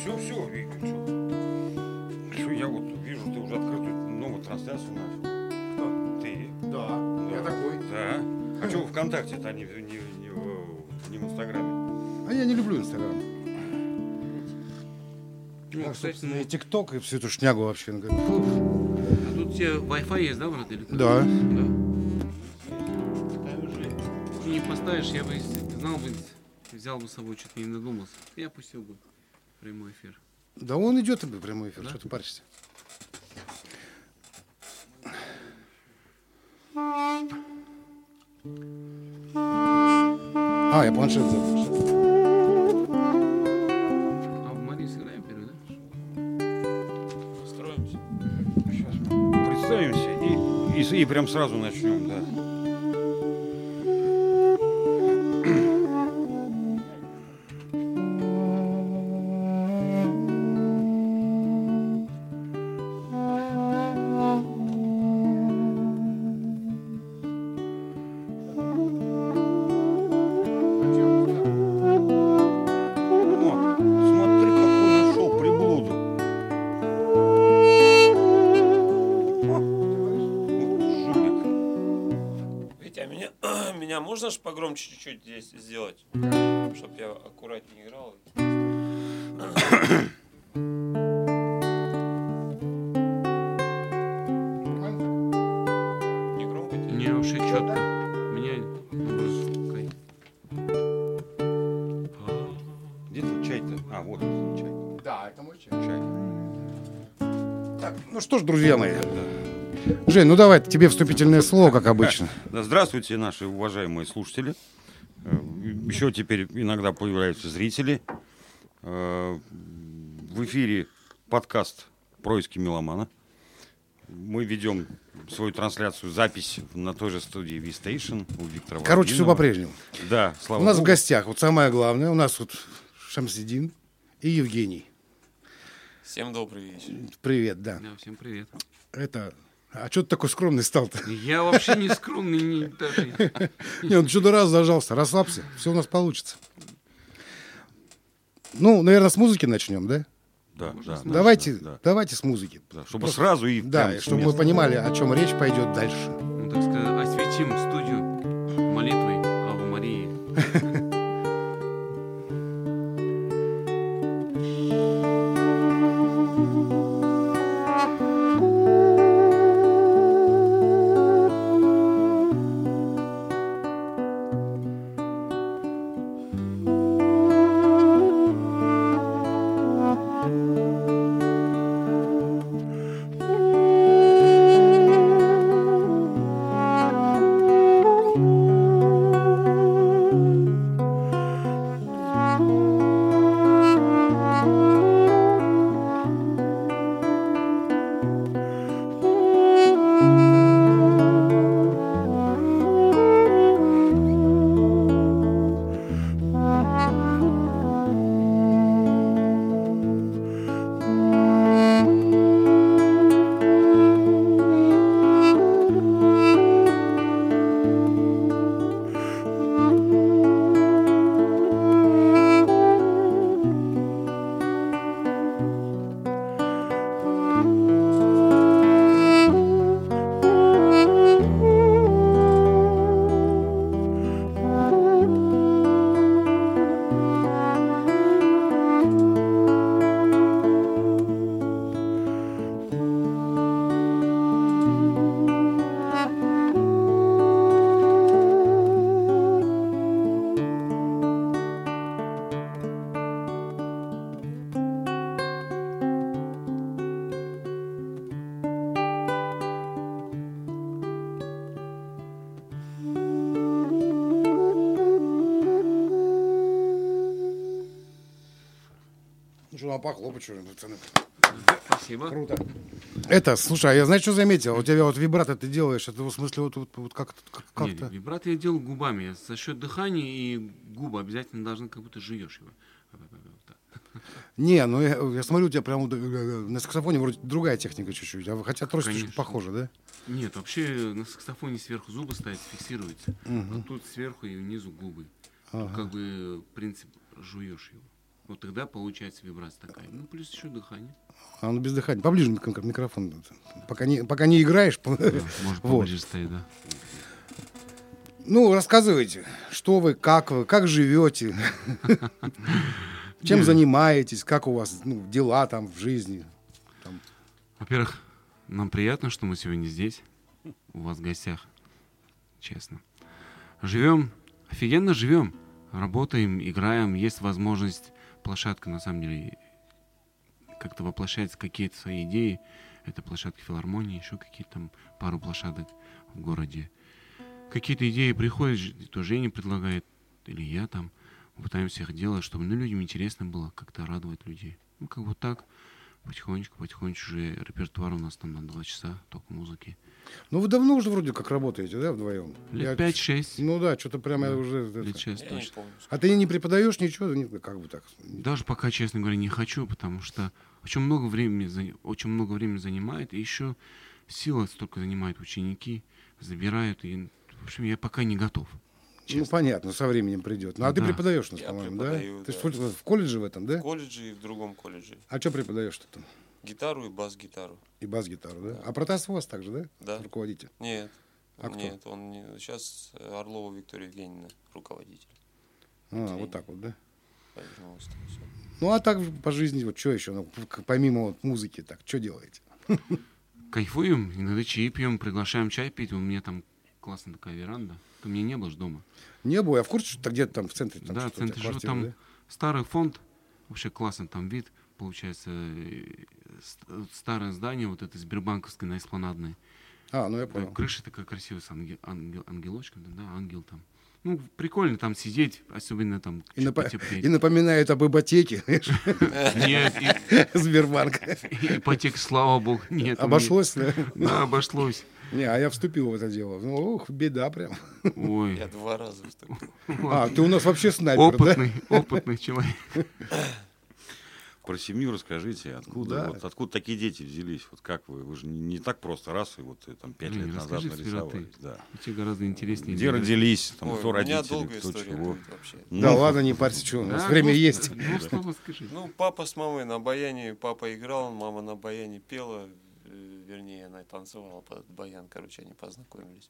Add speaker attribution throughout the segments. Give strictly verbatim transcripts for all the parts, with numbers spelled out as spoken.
Speaker 1: все, все, Вика, что? Все, я вот вижу, ты уже открытую новую трансляцию начал.
Speaker 2: Кто?
Speaker 1: Ты.
Speaker 2: Да,
Speaker 1: Да.
Speaker 2: я такой.
Speaker 1: Да. А что ВКонтакте-то, а не, не, не, в, не в Инстаграме?
Speaker 2: А я не люблю Инстаграм.
Speaker 3: Ну,
Speaker 2: Так,
Speaker 3: кстати,
Speaker 2: собственно,
Speaker 3: ну,
Speaker 2: и ТикТок, и всю эту шнягу вообще.
Speaker 3: а тут у тебя Wi-Fi есть, да, брат? Или как?
Speaker 2: Да.
Speaker 3: Да? Ты не поставишь, я бы, если бы знал бы, взял бы с собой, что-то не надумался. Я пустил бы прямой эфир.
Speaker 2: Да он идет в прямой эфир,
Speaker 3: Да?
Speaker 2: что ты паришься? А, я планшет забыл.
Speaker 3: А в Марии сыграем первый, да?
Speaker 1: Построимся. Сейчас мы представимся и, и, и прям сразу начнем, да.
Speaker 4: Можно же погромче чуть-чуть здесь сделать, чтобы я аккуратнее играл. Не громко?
Speaker 3: Не, вообще четко. Меня...
Speaker 1: Где тут чай-то? А, вот он, чай.
Speaker 2: Да, это мой чай.
Speaker 1: Чай.
Speaker 2: Так, ну что ж, друзья мои. Жень, ну давай, тебе вступительное слово, как обычно.
Speaker 1: Да, здравствуйте, наши уважаемые слушатели. Еще теперь иногда появляются зрители. В эфире подкаст «Происки меломана». Мы ведем свою трансляцию, запись на той же студии V-Station у Виктора
Speaker 2: Короче, все
Speaker 1: Владимирова.
Speaker 2: по-прежнему.
Speaker 1: Да, слава
Speaker 2: У нас
Speaker 1: Богу.
Speaker 2: в гостях, вот самое главное, у нас вот Шамсидин и Евгений.
Speaker 4: Всем добрый вечер.
Speaker 2: Привет, да.
Speaker 3: Да, всем привет.
Speaker 2: Это... А что ты такой скромный стал-то?
Speaker 3: Я вообще не скромный, не даже...
Speaker 2: Не, он что-то раз зажался. Расслабься, все у нас получится. Ну, наверное, с музыки начнем, да?
Speaker 1: Да, да, да,
Speaker 2: Давайте,
Speaker 1: да, да.
Speaker 2: давайте с музыки.
Speaker 1: Да, чтобы сразу и
Speaker 2: Да,
Speaker 1: прям
Speaker 2: и
Speaker 1: с
Speaker 2: чтобы мы
Speaker 1: места.
Speaker 2: понимали, о чем речь пойдет дальше.
Speaker 3: Ну, так сказать, осветим студию молитвой Авы Марии.
Speaker 2: Ну что, нам похлопать, что ли, пацаны?
Speaker 3: Спасибо.
Speaker 2: Круто. Это, слушай, а я знаешь, что заметил? У тебя вот вибрато ты делаешь, это в смысле вот, вот, вот как, как,
Speaker 3: Нет,
Speaker 2: как-то...
Speaker 3: вибрато я делал губами. За счет дыхания и губы обязательно должны, как будто жуешь его.
Speaker 2: Не, ну я, я смотрю, у тебя прям вот, э, на саксофоне вроде другая техника чуть-чуть, а хотя тоже чуть
Speaker 3: Конечно.
Speaker 2: похоже, да?
Speaker 3: Нет, вообще на саксофоне сверху зубы ставят, фиксируется.
Speaker 2: Мгм.
Speaker 3: А тут сверху и внизу губы.
Speaker 2: Ага.
Speaker 3: Как бы принцип жуешь его. Вот тогда получается вибрация такая. Ну, плюс еще дыхание.
Speaker 2: А он без дыхания. Поближе к к микрофону. Пока не, пока не играешь.
Speaker 3: Да, может,
Speaker 2: Вот.
Speaker 3: поближе стоит, да.
Speaker 2: Ну, рассказывайте, что вы, как вы, как живете, чем занимаетесь, как у вас ну, дела там в жизни. Там.
Speaker 3: Во-первых, нам приятно, что мы сегодня здесь, у вас в гостях, честно. Живем, офигенно живем, работаем, играем, есть возможность, площадка, на самом деле, как-то воплощать какие-то свои идеи. Это площадка филармонии, еще какие-то там пару площадок в городе. Какие-то идеи приходят, то Женя предлагает, или я там, мы пытаемся их делать, чтобы ну, людям интересно было как-то радовать людей. Ну, как бы так, потихонечку, потихонечку уже репертуар у нас там на два часа, только музыки.
Speaker 2: Ну, вы давно уже вроде как работаете, да, вдвоем?
Speaker 3: Лет
Speaker 2: Я-
Speaker 3: пять-шесть.
Speaker 2: Ну да, что-то прямо
Speaker 3: Да,
Speaker 2: уже... это-
Speaker 3: Лет шесть
Speaker 4: Я не
Speaker 3: точно.
Speaker 4: помню.
Speaker 2: А ты не преподаешь ничего? Не- Как бы так?
Speaker 3: Даже пока, честно говоря, не хочу, потому что очень много времени, заня- очень много времени занимает, и еще сила столько занимают ученики, забирают, и, в общем, я пока не готов.
Speaker 2: Ну,
Speaker 3: Честно.
Speaker 2: понятно, со временем придет. Ну, а ты
Speaker 3: Да.
Speaker 2: преподаешь у нас,
Speaker 4: Я
Speaker 2: по-моему, да?
Speaker 4: преподаю,
Speaker 2: Ты
Speaker 4: да.
Speaker 2: что, в колледже в этом, да?
Speaker 4: В колледже и в другом колледже.
Speaker 2: А что преподаешь-то там?
Speaker 4: Гитару и бас-гитару.
Speaker 2: И бас-гитару, да? А Протас у вас также, да?
Speaker 4: Да.
Speaker 2: Руководитель.
Speaker 4: Нет.
Speaker 2: А кто?
Speaker 4: Нет, он не... сейчас Орлова Виктория Евгеньевна, руководитель.
Speaker 2: А,
Speaker 4: Тренер.
Speaker 2: вот так вот, да?
Speaker 4: Повернулся там всё.
Speaker 2: Ну, а так по жизни, вот что еще? Ну, к- помимо вот музыки, так, что делаете?
Speaker 3: Кайфуем, иногда чаи пьем, приглашаем чай пить. У меня там классная такая веранда. Ты меня не был ж дома.
Speaker 2: Не было, я в курсе, что ты где-то там в центре. Там
Speaker 3: Да, в
Speaker 2: что-то у тебя
Speaker 3: центре живу.
Speaker 2: квартира,
Speaker 3: Там
Speaker 2: да?
Speaker 3: старый фонд, вообще классный там вид. Получается, э, ст- старое здание, вот это Сбербанковское на Эспланадной.
Speaker 2: А, ну я
Speaker 3: Да,
Speaker 2: понял.
Speaker 3: крыша такая красивая с ангел, ангел- ангелочком, да, ангел там. Ну, прикольно там сидеть, особенно там
Speaker 2: И,
Speaker 3: чуть
Speaker 2: напо-
Speaker 3: потеплее.
Speaker 2: и напоминает об ипотеке, знаешь,
Speaker 3: Нет, и-
Speaker 2: Сбербанка.
Speaker 3: и ипотек, слава богу, нет. у меня-
Speaker 2: Обошлось, да?
Speaker 3: Да, обошлось.
Speaker 2: Не, а я вступил в это дело. Ну, ух, беда прям.
Speaker 3: Ой,
Speaker 4: Я два раза вступил.
Speaker 2: А, ты у нас вообще снайпер, да?
Speaker 3: опытный, опытный человек.
Speaker 1: Про семью расскажите, откуда,
Speaker 2: Да.
Speaker 1: вот, откуда такие дети взялись? Вот как вы? Вы же не, не так просто раз и вот э, там пять
Speaker 3: Блин,
Speaker 1: лет назад
Speaker 3: расскажи сперва ты.
Speaker 1: нарисовались. Да.
Speaker 3: Тебе гораздо интереснее.
Speaker 1: Где родились, там,
Speaker 4: Ой,
Speaker 1: кто
Speaker 4: у меня
Speaker 1: родители,
Speaker 4: долгая
Speaker 1: кто
Speaker 4: история
Speaker 1: чего.
Speaker 4: будет вообще.
Speaker 2: Да
Speaker 1: Ну,
Speaker 2: ладно, не парься, что у нас
Speaker 3: Да,
Speaker 2: время
Speaker 3: ну,
Speaker 2: есть.
Speaker 3: Ну, слово скажи.
Speaker 4: Ну, папа с мамой на баяне, папа играл, мама на баяне пела, э, вернее, она танцевала под баян, короче, они познакомились.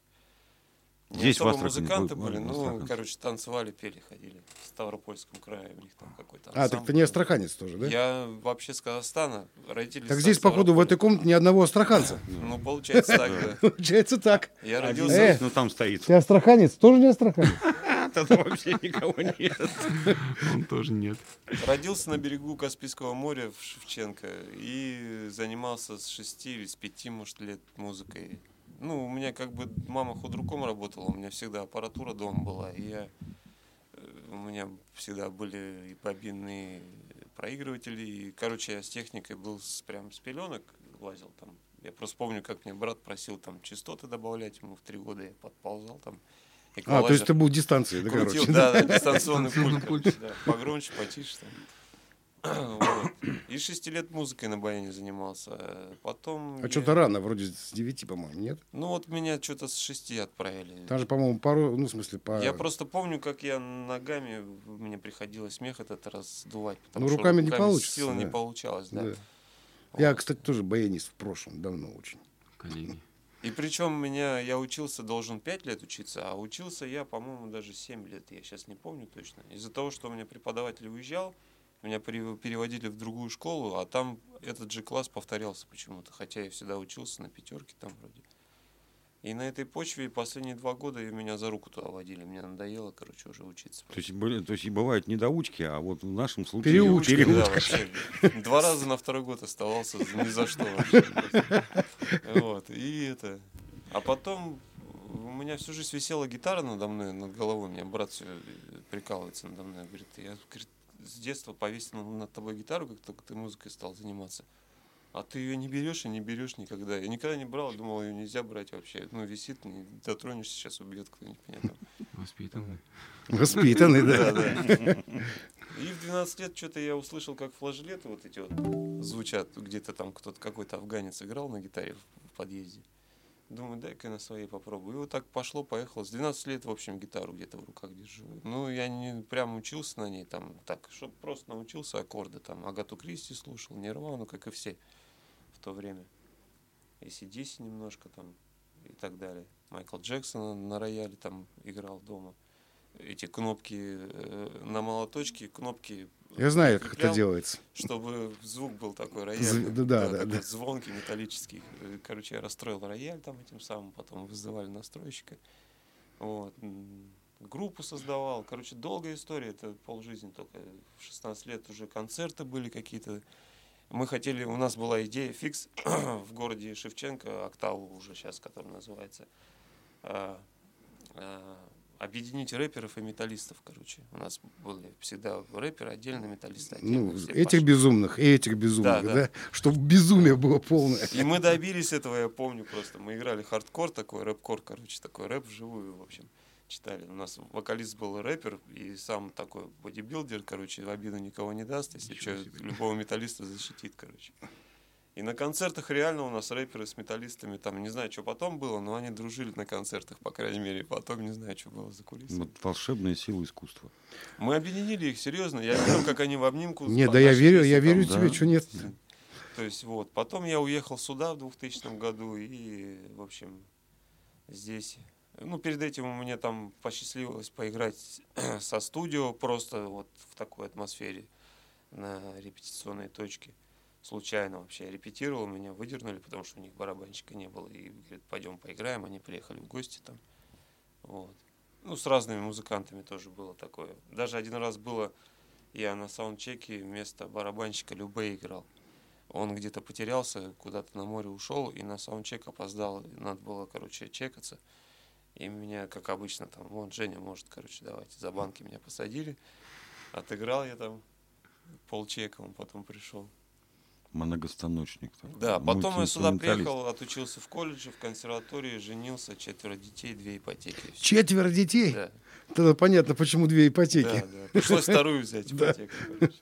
Speaker 4: Не
Speaker 1: Здесь, в
Speaker 4: особо
Speaker 1: Астрахани,
Speaker 4: музыканты
Speaker 1: вы-
Speaker 4: были,
Speaker 1: в
Speaker 4: ну,
Speaker 1: Астрахани.
Speaker 4: короче, танцевали, пели, ходили. В Ставропольском крае у них там какой-то
Speaker 2: А, так ты не астраханец тоже, да?
Speaker 4: Я вообще с Казахстана, родители
Speaker 2: Так
Speaker 4: из
Speaker 2: здесь, походу, в этой
Speaker 4: Ставрополя.
Speaker 2: комнате ни одного астраханца.
Speaker 4: Ну, получается так, да.
Speaker 2: Получается так.
Speaker 4: Я
Speaker 1: Один
Speaker 4: родился...
Speaker 2: Э.
Speaker 1: есть, ну там стоит.
Speaker 2: Ты астраханец? Тоже не астраханец?
Speaker 1: Тогда вообще никого нет.
Speaker 3: Он тоже нет.
Speaker 4: Родился на берегу Каспийского моря в Шевченко и занимался с шести или с пяти, может, лет музыкой. Ну, у меня как бы мама худруком работала, у меня всегда аппаратура дома была, и я, э, у меня всегда были и бобинные проигрыватели, и, короче, я с техникой был с, прям с пеленок, лазил там. Я просто помню, как мне брат просил там частоты добавлять, ему в три года я подползал там.
Speaker 2: А, то есть ты был в дистанции, да,
Speaker 4: Крутил,
Speaker 2: короче.
Speaker 4: да, да, дистанционный
Speaker 3: Дистанционный
Speaker 4: пульт.
Speaker 3: пульт.
Speaker 4: короче, да, погромче, потише там. Вот. И шести лет музыкой на баяне занимался. Потом.
Speaker 2: А
Speaker 4: я-
Speaker 2: что-то рано, вроде с девяти, по-моему, нет?
Speaker 4: Ну вот меня что-то с шести отправили.
Speaker 2: Там же, по-моему, пару, ну, в смысле, по...
Speaker 4: Я просто помню, как я ногами, мне приходилось смех этот раздувать. потому
Speaker 2: Ну,
Speaker 4: что
Speaker 2: руками не получится,
Speaker 4: Сила не
Speaker 2: да.
Speaker 4: получалось, да.
Speaker 2: Да. Я, кстати, тоже баянист в прошлом, давно очень.
Speaker 3: Коллеги.
Speaker 4: И причем меня, я учился, должен пять лет учиться, а учился я, по-моему, даже семь лет, я сейчас не помню точно. Из-за того, что у меня преподаватель уезжал, меня пере- переводили в другую школу, а там этот же класс повторялся почему-то, хотя я всегда учился на пятерке там вроде. И на этой почве последние два года меня за руку туда водили, мне надоело, короче, уже учиться.
Speaker 1: То есть, были- то есть и бывают недоучки, а вот в нашем случае...
Speaker 2: Переучки.
Speaker 4: Да,
Speaker 1: переучки.
Speaker 4: вообще. Два раза на второй год оставался ни за что вообще. Вот, и это. А потом у меня всю жизнь висела гитара надо мной, над головой. У меня брат все прикалывается надо мной. Говорит, я говорит, с детства повесил над тобой гитару, как только ты музыкой стал заниматься. А ты ее не берешь и не берешь никогда. Я никогда не брал, думал, ее нельзя брать вообще. Ну, висит, не дотронешься, сейчас убьет кто-нибудь меня там.
Speaker 3: Воспитанный.
Speaker 2: Воспитанный,
Speaker 4: Да,
Speaker 2: да.
Speaker 4: да. И в двенадцать лет что-то я услышал, как флажолеты вот эти вот звучат. Где-то там кто-то, какой-то афганец играл на гитаре в подъезде. Думаю, дай-ка на своей попробую. И вот так пошло, поехало. С двенадцати лет, в общем, гитару где-то в руках держу. Ну, я не прям учился на ней, там, так, чтобы просто научился аккорды. Там, Агату Кристи слушал, Нирвану, как и все в то время. И си ди си немножко там и так далее. Майкл Джексон на рояле там играл дома. Эти кнопки э, на молоточке, кнопки...
Speaker 2: Я знаю, как
Speaker 4: прикреплял,
Speaker 2: это делается.
Speaker 4: Чтобы звук был такой рояльный.
Speaker 2: З- да, да,
Speaker 4: такой
Speaker 2: да.
Speaker 4: звонкий, металлический. Короче, я расстроил рояль там этим самым, потом вызывали настройщика. Вот. М, Группу создавал. Короче, долгая история, это полжизни только. В шестнадцать лет уже концерты были какие-то. Мы хотели, у нас была идея фикс в городе Шевченко, Октаву уже сейчас, который называется, а, а, объединить рэперов и металлистов, короче. У нас были всегда рэперы отдельно, металлисты отдельно.
Speaker 2: Ну,
Speaker 4: все
Speaker 2: этих
Speaker 4: пошли.
Speaker 2: безумных и этих безумных,
Speaker 4: Да,
Speaker 2: да?
Speaker 4: да.
Speaker 2: Чтобы безумие было полное.
Speaker 4: И мы добились этого, я помню просто. Мы играли хардкор такой, рэп-кор, короче, такой рэп вживую, в общем, читали. У нас вокалист был рэпер и сам такой бодибилдер, короче, в обиду никого не даст, если что, любого металлиста защитит, короче. И на концертах реально у нас рэперы с металлистами, там, не знаю, что потом было, но они дружили на концертах, по крайней мере. Потом не знаю, что было за кулисами.
Speaker 1: Вот волшебная сила искусства.
Speaker 4: Мы объединили их, серьезно. Я видел, как они в обнимку...
Speaker 2: Не, да я
Speaker 4: нашлись,
Speaker 2: верю, я
Speaker 4: там,
Speaker 2: верю
Speaker 1: да.
Speaker 2: тебе, что нет.
Speaker 4: То есть вот. Потом я уехал сюда в двухтысячном году и, в общем, здесь... Ну, перед этим у меня там посчастливилось поиграть со студио просто вот в такой атмосфере на репетиционной точке. Случайно вообще я репетировал, меня выдернули, потому что у них барабанщика не было. И говорят, пойдем поиграем, они приехали в гости там. Вот. Ну, с разными музыкантами тоже было такое. Даже один раз было, я на саундчеке вместо барабанщика Любэ играл. Он где-то потерялся, куда-то на море ушел, и на саундчек опоздал. Надо было, короче, чекаться. И меня, как обычно, там, вот, Женя может, короче, давайте, за банки меня посадили. Отыграл я там полчека, он потом пришел.
Speaker 1: Многостаночник. Такой.
Speaker 4: Да, потом я сюда
Speaker 1: Мультиинструменталист.
Speaker 4: приехал, отучился в колледже, в консерватории, женился, четверо детей, две ипотеки. Всё.
Speaker 2: Четверо детей?
Speaker 4: Да,
Speaker 2: Тогда понятно, почему две ипотеки.
Speaker 4: да, да. Пришлось вторую взять ипотеку, короче,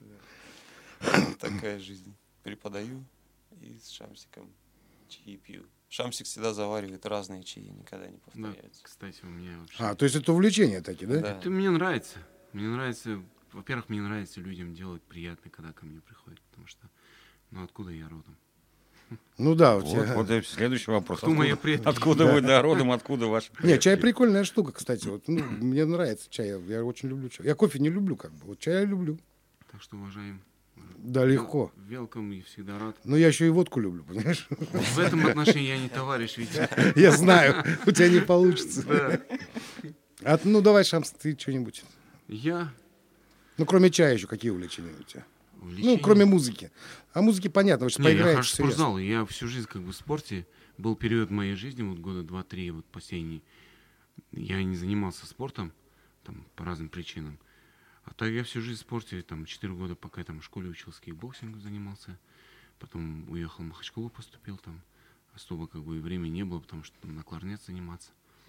Speaker 4: да. Вот такая жизнь. Преподаю и с Шамсиком чаи пью. Шамсик всегда заваривает разные чаи, никогда не
Speaker 3: Да,
Speaker 4: повторяются.
Speaker 3: кстати, у меня вообще...
Speaker 2: А, то есть это увлечения такие, да?
Speaker 4: Да.
Speaker 3: Это мне нравится. Мне нравится... Во-первых, мне нравится людям делать приятно, когда ко мне приходят, потому что... Ну, откуда я родом?
Speaker 2: Ну да, у
Speaker 1: Вот,
Speaker 2: тебя...
Speaker 1: вот и следующий вопрос.
Speaker 3: Кто мои
Speaker 1: Откуда,
Speaker 3: предки?
Speaker 1: откуда вы народом, откуда ваш...
Speaker 2: Не, чай прикольная штука, кстати. Вот, ну, мне нравится чай, я, я очень люблю чай. Я кофе не люблю, как бы. Вот чай я люблю.
Speaker 3: Так что уважаем.
Speaker 2: Да, легко.
Speaker 3: Велком и всегда рад.
Speaker 2: Но я еще и водку люблю, понимаешь?
Speaker 3: В этом отношении я не товарищ, видите.
Speaker 2: Я знаю, у тебя не получится.
Speaker 3: Да.
Speaker 2: А, ну, давай, Шамс, ты что-нибудь.
Speaker 3: Я...
Speaker 2: Ну, кроме чая еще какие увлечения у тебя?
Speaker 3: увлечение-
Speaker 2: Ну, кроме музыки. А музыки понятно, вот
Speaker 3: Не, я
Speaker 2: поиграешь.
Speaker 3: хожу в
Speaker 2: всё ясно.
Speaker 3: спортзал. Я всю жизнь как бы в спорте. Был период моей жизни, вот года два-три, вот последний. Я не занимался спортом, там, по разным причинам. А так я всю жизнь в спорте, там, четыре года, пока я там в школе учился, кикбоксингом занимался. Потом уехал в Махачкалу, поступил там. Особо как бы и времени не было, потому что там на кларнет заниматься.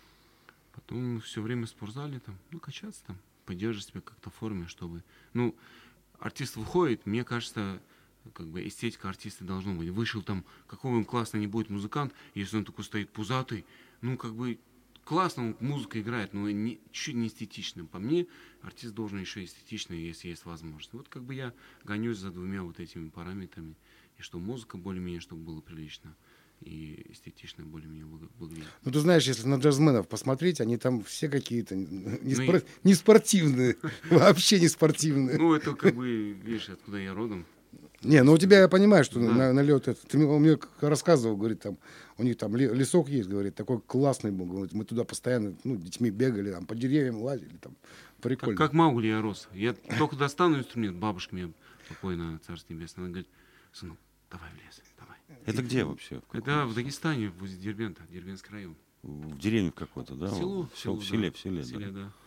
Speaker 3: Потом все время в спортзале там, ну, качаться там, поддерживать себя как-то в форме, чтобы... Ну, артист выходит, мне кажется, как бы эстетика артиста должна быть. Вышел там, какой он классный не будет музыкант, если он такой стоит пузатый, ну, как бы классно он музыка играет, но не, чуть не эстетично. По мне, артист должен еще эстетично, если есть возможность. Вот как бы я гонюсь за двумя вот этими параметрами, и что музыка более-менее, чтобы было прилично, и эстетично более-менее выглядит.
Speaker 2: Ну, ты знаешь, если на джазменов посмотреть, они там все какие-то не,
Speaker 3: Ну,
Speaker 2: спор- не спортивные, вообще не спортивные.
Speaker 3: Ну, это как бы, видишь, откуда я родом.
Speaker 2: Не, ну у тебя я понимаю, что
Speaker 3: Да.
Speaker 2: на, налет это. Ты мне, он мне рассказывал, говорит, там, у них там ле- лесок есть, говорит, такой классный был. Говорит, мы туда постоянно, ну, детьми бегали, там, по деревьям лазили, там, прикольно.
Speaker 3: Как, как Маугли я рос. Я только достану инструмент, бабушка мне, покойная, царство небесное, она говорит, сынок, давай в лес, давай.
Speaker 1: Это где вообще? В каком
Speaker 3: Это в
Speaker 1: месте?
Speaker 3: Дагестане, возле Дербента, Дербентский район.
Speaker 1: В деревне какой-то, да?
Speaker 3: Село,
Speaker 1: В,
Speaker 3: село,
Speaker 1: в селе,
Speaker 3: да.
Speaker 1: в селе,
Speaker 3: В селе,
Speaker 1: да.
Speaker 3: да.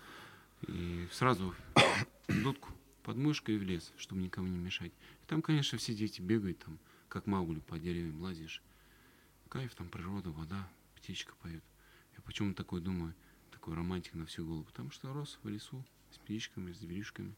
Speaker 3: И сразу дудку под мышкой и в лес, чтобы никому не мешать. И там, конечно, все дети бегают, там, как Маугли, по деревьям лазишь. Кайф, там природа, вода, птичка поет. Я почему такой думаю, такой романтик на всю голову. Потому что рос в лесу с птичками, с зверюшками.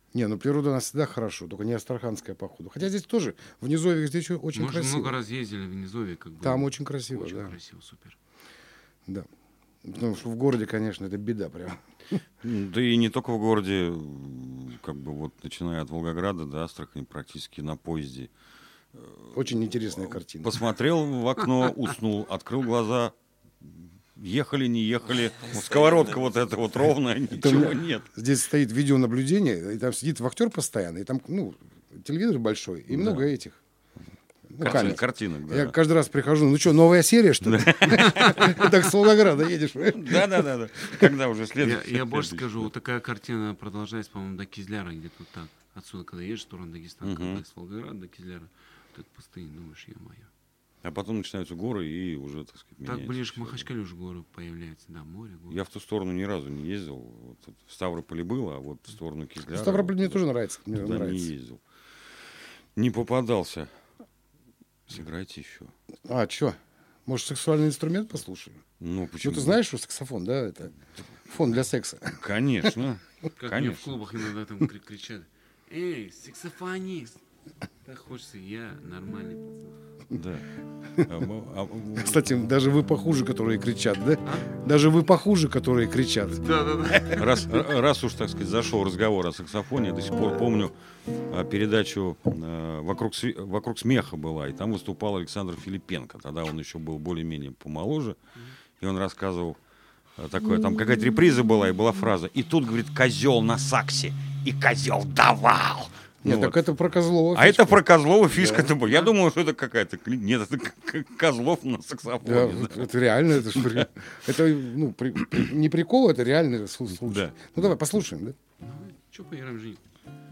Speaker 2: Не, ну природа у нас всегда хорошо, только не астраханская, походу. Хотя здесь тоже, в Низовье здесь очень
Speaker 3: Мы уже
Speaker 2: красиво.
Speaker 3: много раз ездили в Низовье, как бы.
Speaker 2: Там очень красиво,
Speaker 3: Очень
Speaker 2: да.
Speaker 3: красиво, супер.
Speaker 2: Да. Потому что в городе, конечно, это беда прям.
Speaker 1: Да и не только в городе, как бы вот начиная от Волгограда до Астрахани, практически на поезде.
Speaker 2: Очень интересная картина.
Speaker 1: Посмотрел в окно, уснул, открыл глаза, ехали, не ехали, вот сковородка вот эта вот ровная,
Speaker 2: Это у
Speaker 1: ничего
Speaker 2: меня
Speaker 1: нет.
Speaker 2: Здесь стоит видеонаблюдение, и там сидит вахтер постоянно, и там, ну, телевизор большой, и
Speaker 1: Да.
Speaker 2: много этих. Ну,
Speaker 1: Картин-
Speaker 2: камер.
Speaker 1: Картинок, да.
Speaker 2: Я каждый раз прихожу, ну что, новая серия, что ли? Так с Волгограда едешь.
Speaker 1: Да, да, да, да. Когда уже
Speaker 3: Я,
Speaker 1: следующий?
Speaker 3: я больше
Speaker 1: следующий.
Speaker 3: скажу, вот такая картина продолжается, по-моему, до Кизляра, где-то вот так. Отсюда, когда едешь в сторону Дагестана,
Speaker 1: Мгм.
Speaker 3: когда из Волгограда до Кизляра, вот эта пустыня, думаешь, ё-моё.
Speaker 1: А потом начинаются горы и уже, так сказать,
Speaker 3: Так
Speaker 1: меняется
Speaker 3: ближе к
Speaker 1: всё.
Speaker 3: Махачкале уже горы появляются, да, море, горы.
Speaker 1: Я в ту сторону ни разу не ездил. Вот тут в Ставрополе был, а вот в сторону Кизляра...
Speaker 2: Ставрополь мне
Speaker 1: вот
Speaker 2: тоже нравится. Мне
Speaker 1: туда не
Speaker 2: нравится.
Speaker 1: ездил. Не попадался. Сыграйте еще.
Speaker 2: А, что? Может, сексуальный инструмент послушаем?
Speaker 1: Ну,
Speaker 2: Ну,
Speaker 1: почему?
Speaker 2: ты знаешь, что саксофон, да? Это фон для секса.
Speaker 1: Конечно.
Speaker 3: Как мне в
Speaker 1: Конечно.
Speaker 3: клубах иногда там кри- кричат: «Эй, саксофонист!» Так хочется, я нормальный пацан.
Speaker 1: Да. А, м- а,
Speaker 2: Кстати, даже вы похуже, которые кричат, да?
Speaker 3: А?
Speaker 2: Даже вы похуже, которые кричат.
Speaker 3: Да-да-да.
Speaker 1: Раз, р- раз уж, так сказать, зашел разговор о саксофоне, я до сих пор помню а, передачу а, «Вокруг, сви- «Вокруг смеха» была, и там выступал Александр Филипенко. Тогда он еще был более-менее помоложе, и он рассказывал а, такое, там какая-то реприза была, и была фраза: «И тут, говорит, козел на саксе, и козел давал».
Speaker 2: Нет,
Speaker 1: Ну
Speaker 2: так
Speaker 1: вот.
Speaker 2: это про Козлова.
Speaker 1: А это
Speaker 2: фишка.
Speaker 1: про Козлова фишка. это была. Я думал, что это какая-то... кли- Нет, это к- к- Козлов на
Speaker 2: Да,
Speaker 1: саксофоне. да.
Speaker 2: это реально, это, ж при- это ну, при- при- не прикол, это реальный слу- случай.
Speaker 1: Да.
Speaker 2: Ну давай послушаем, да?
Speaker 3: Че поиграем, Жень?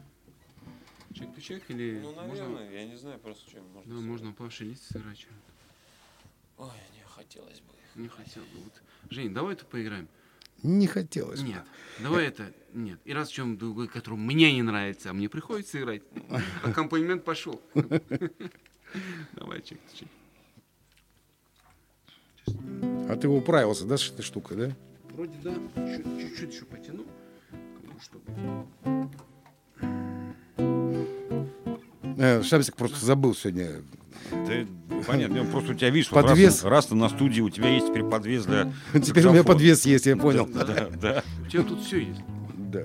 Speaker 3: Чек ты чек или
Speaker 4: Ну,
Speaker 3: можно,
Speaker 4: наверное, я не знаю просто, чем можно.
Speaker 3: да,
Speaker 4: сыграть.
Speaker 3: можно пошелиться, сыграть что
Speaker 4: Ой, не хотелось бы.
Speaker 3: Не хотел бы. Вот. Жень, давай тут поиграем.
Speaker 2: Не хотелось. бы.
Speaker 3: Нет, давай это, нет. И раз в чем другой, который мне не нравится, а мне приходится играть, аккомпанемент пошел. Давай, чек ты чек.
Speaker 2: А ты управился, да, с этой штукой, да?
Speaker 3: Вроде да, чуть- чуть-чуть еще потяну, ну, чтобы...
Speaker 2: Э, Шамсик просто забыл сегодня.
Speaker 1: Да, понятно, ну, просто у тебя, видишь, вот
Speaker 2: Подвес.
Speaker 1: раз, раз ты на студии, у тебя есть теперь подвес для
Speaker 2: Теперь у меня
Speaker 1: саксофона.
Speaker 2: подвес есть, я понял.
Speaker 1: Да, да, да.
Speaker 3: У тебя тут все есть.
Speaker 2: Да.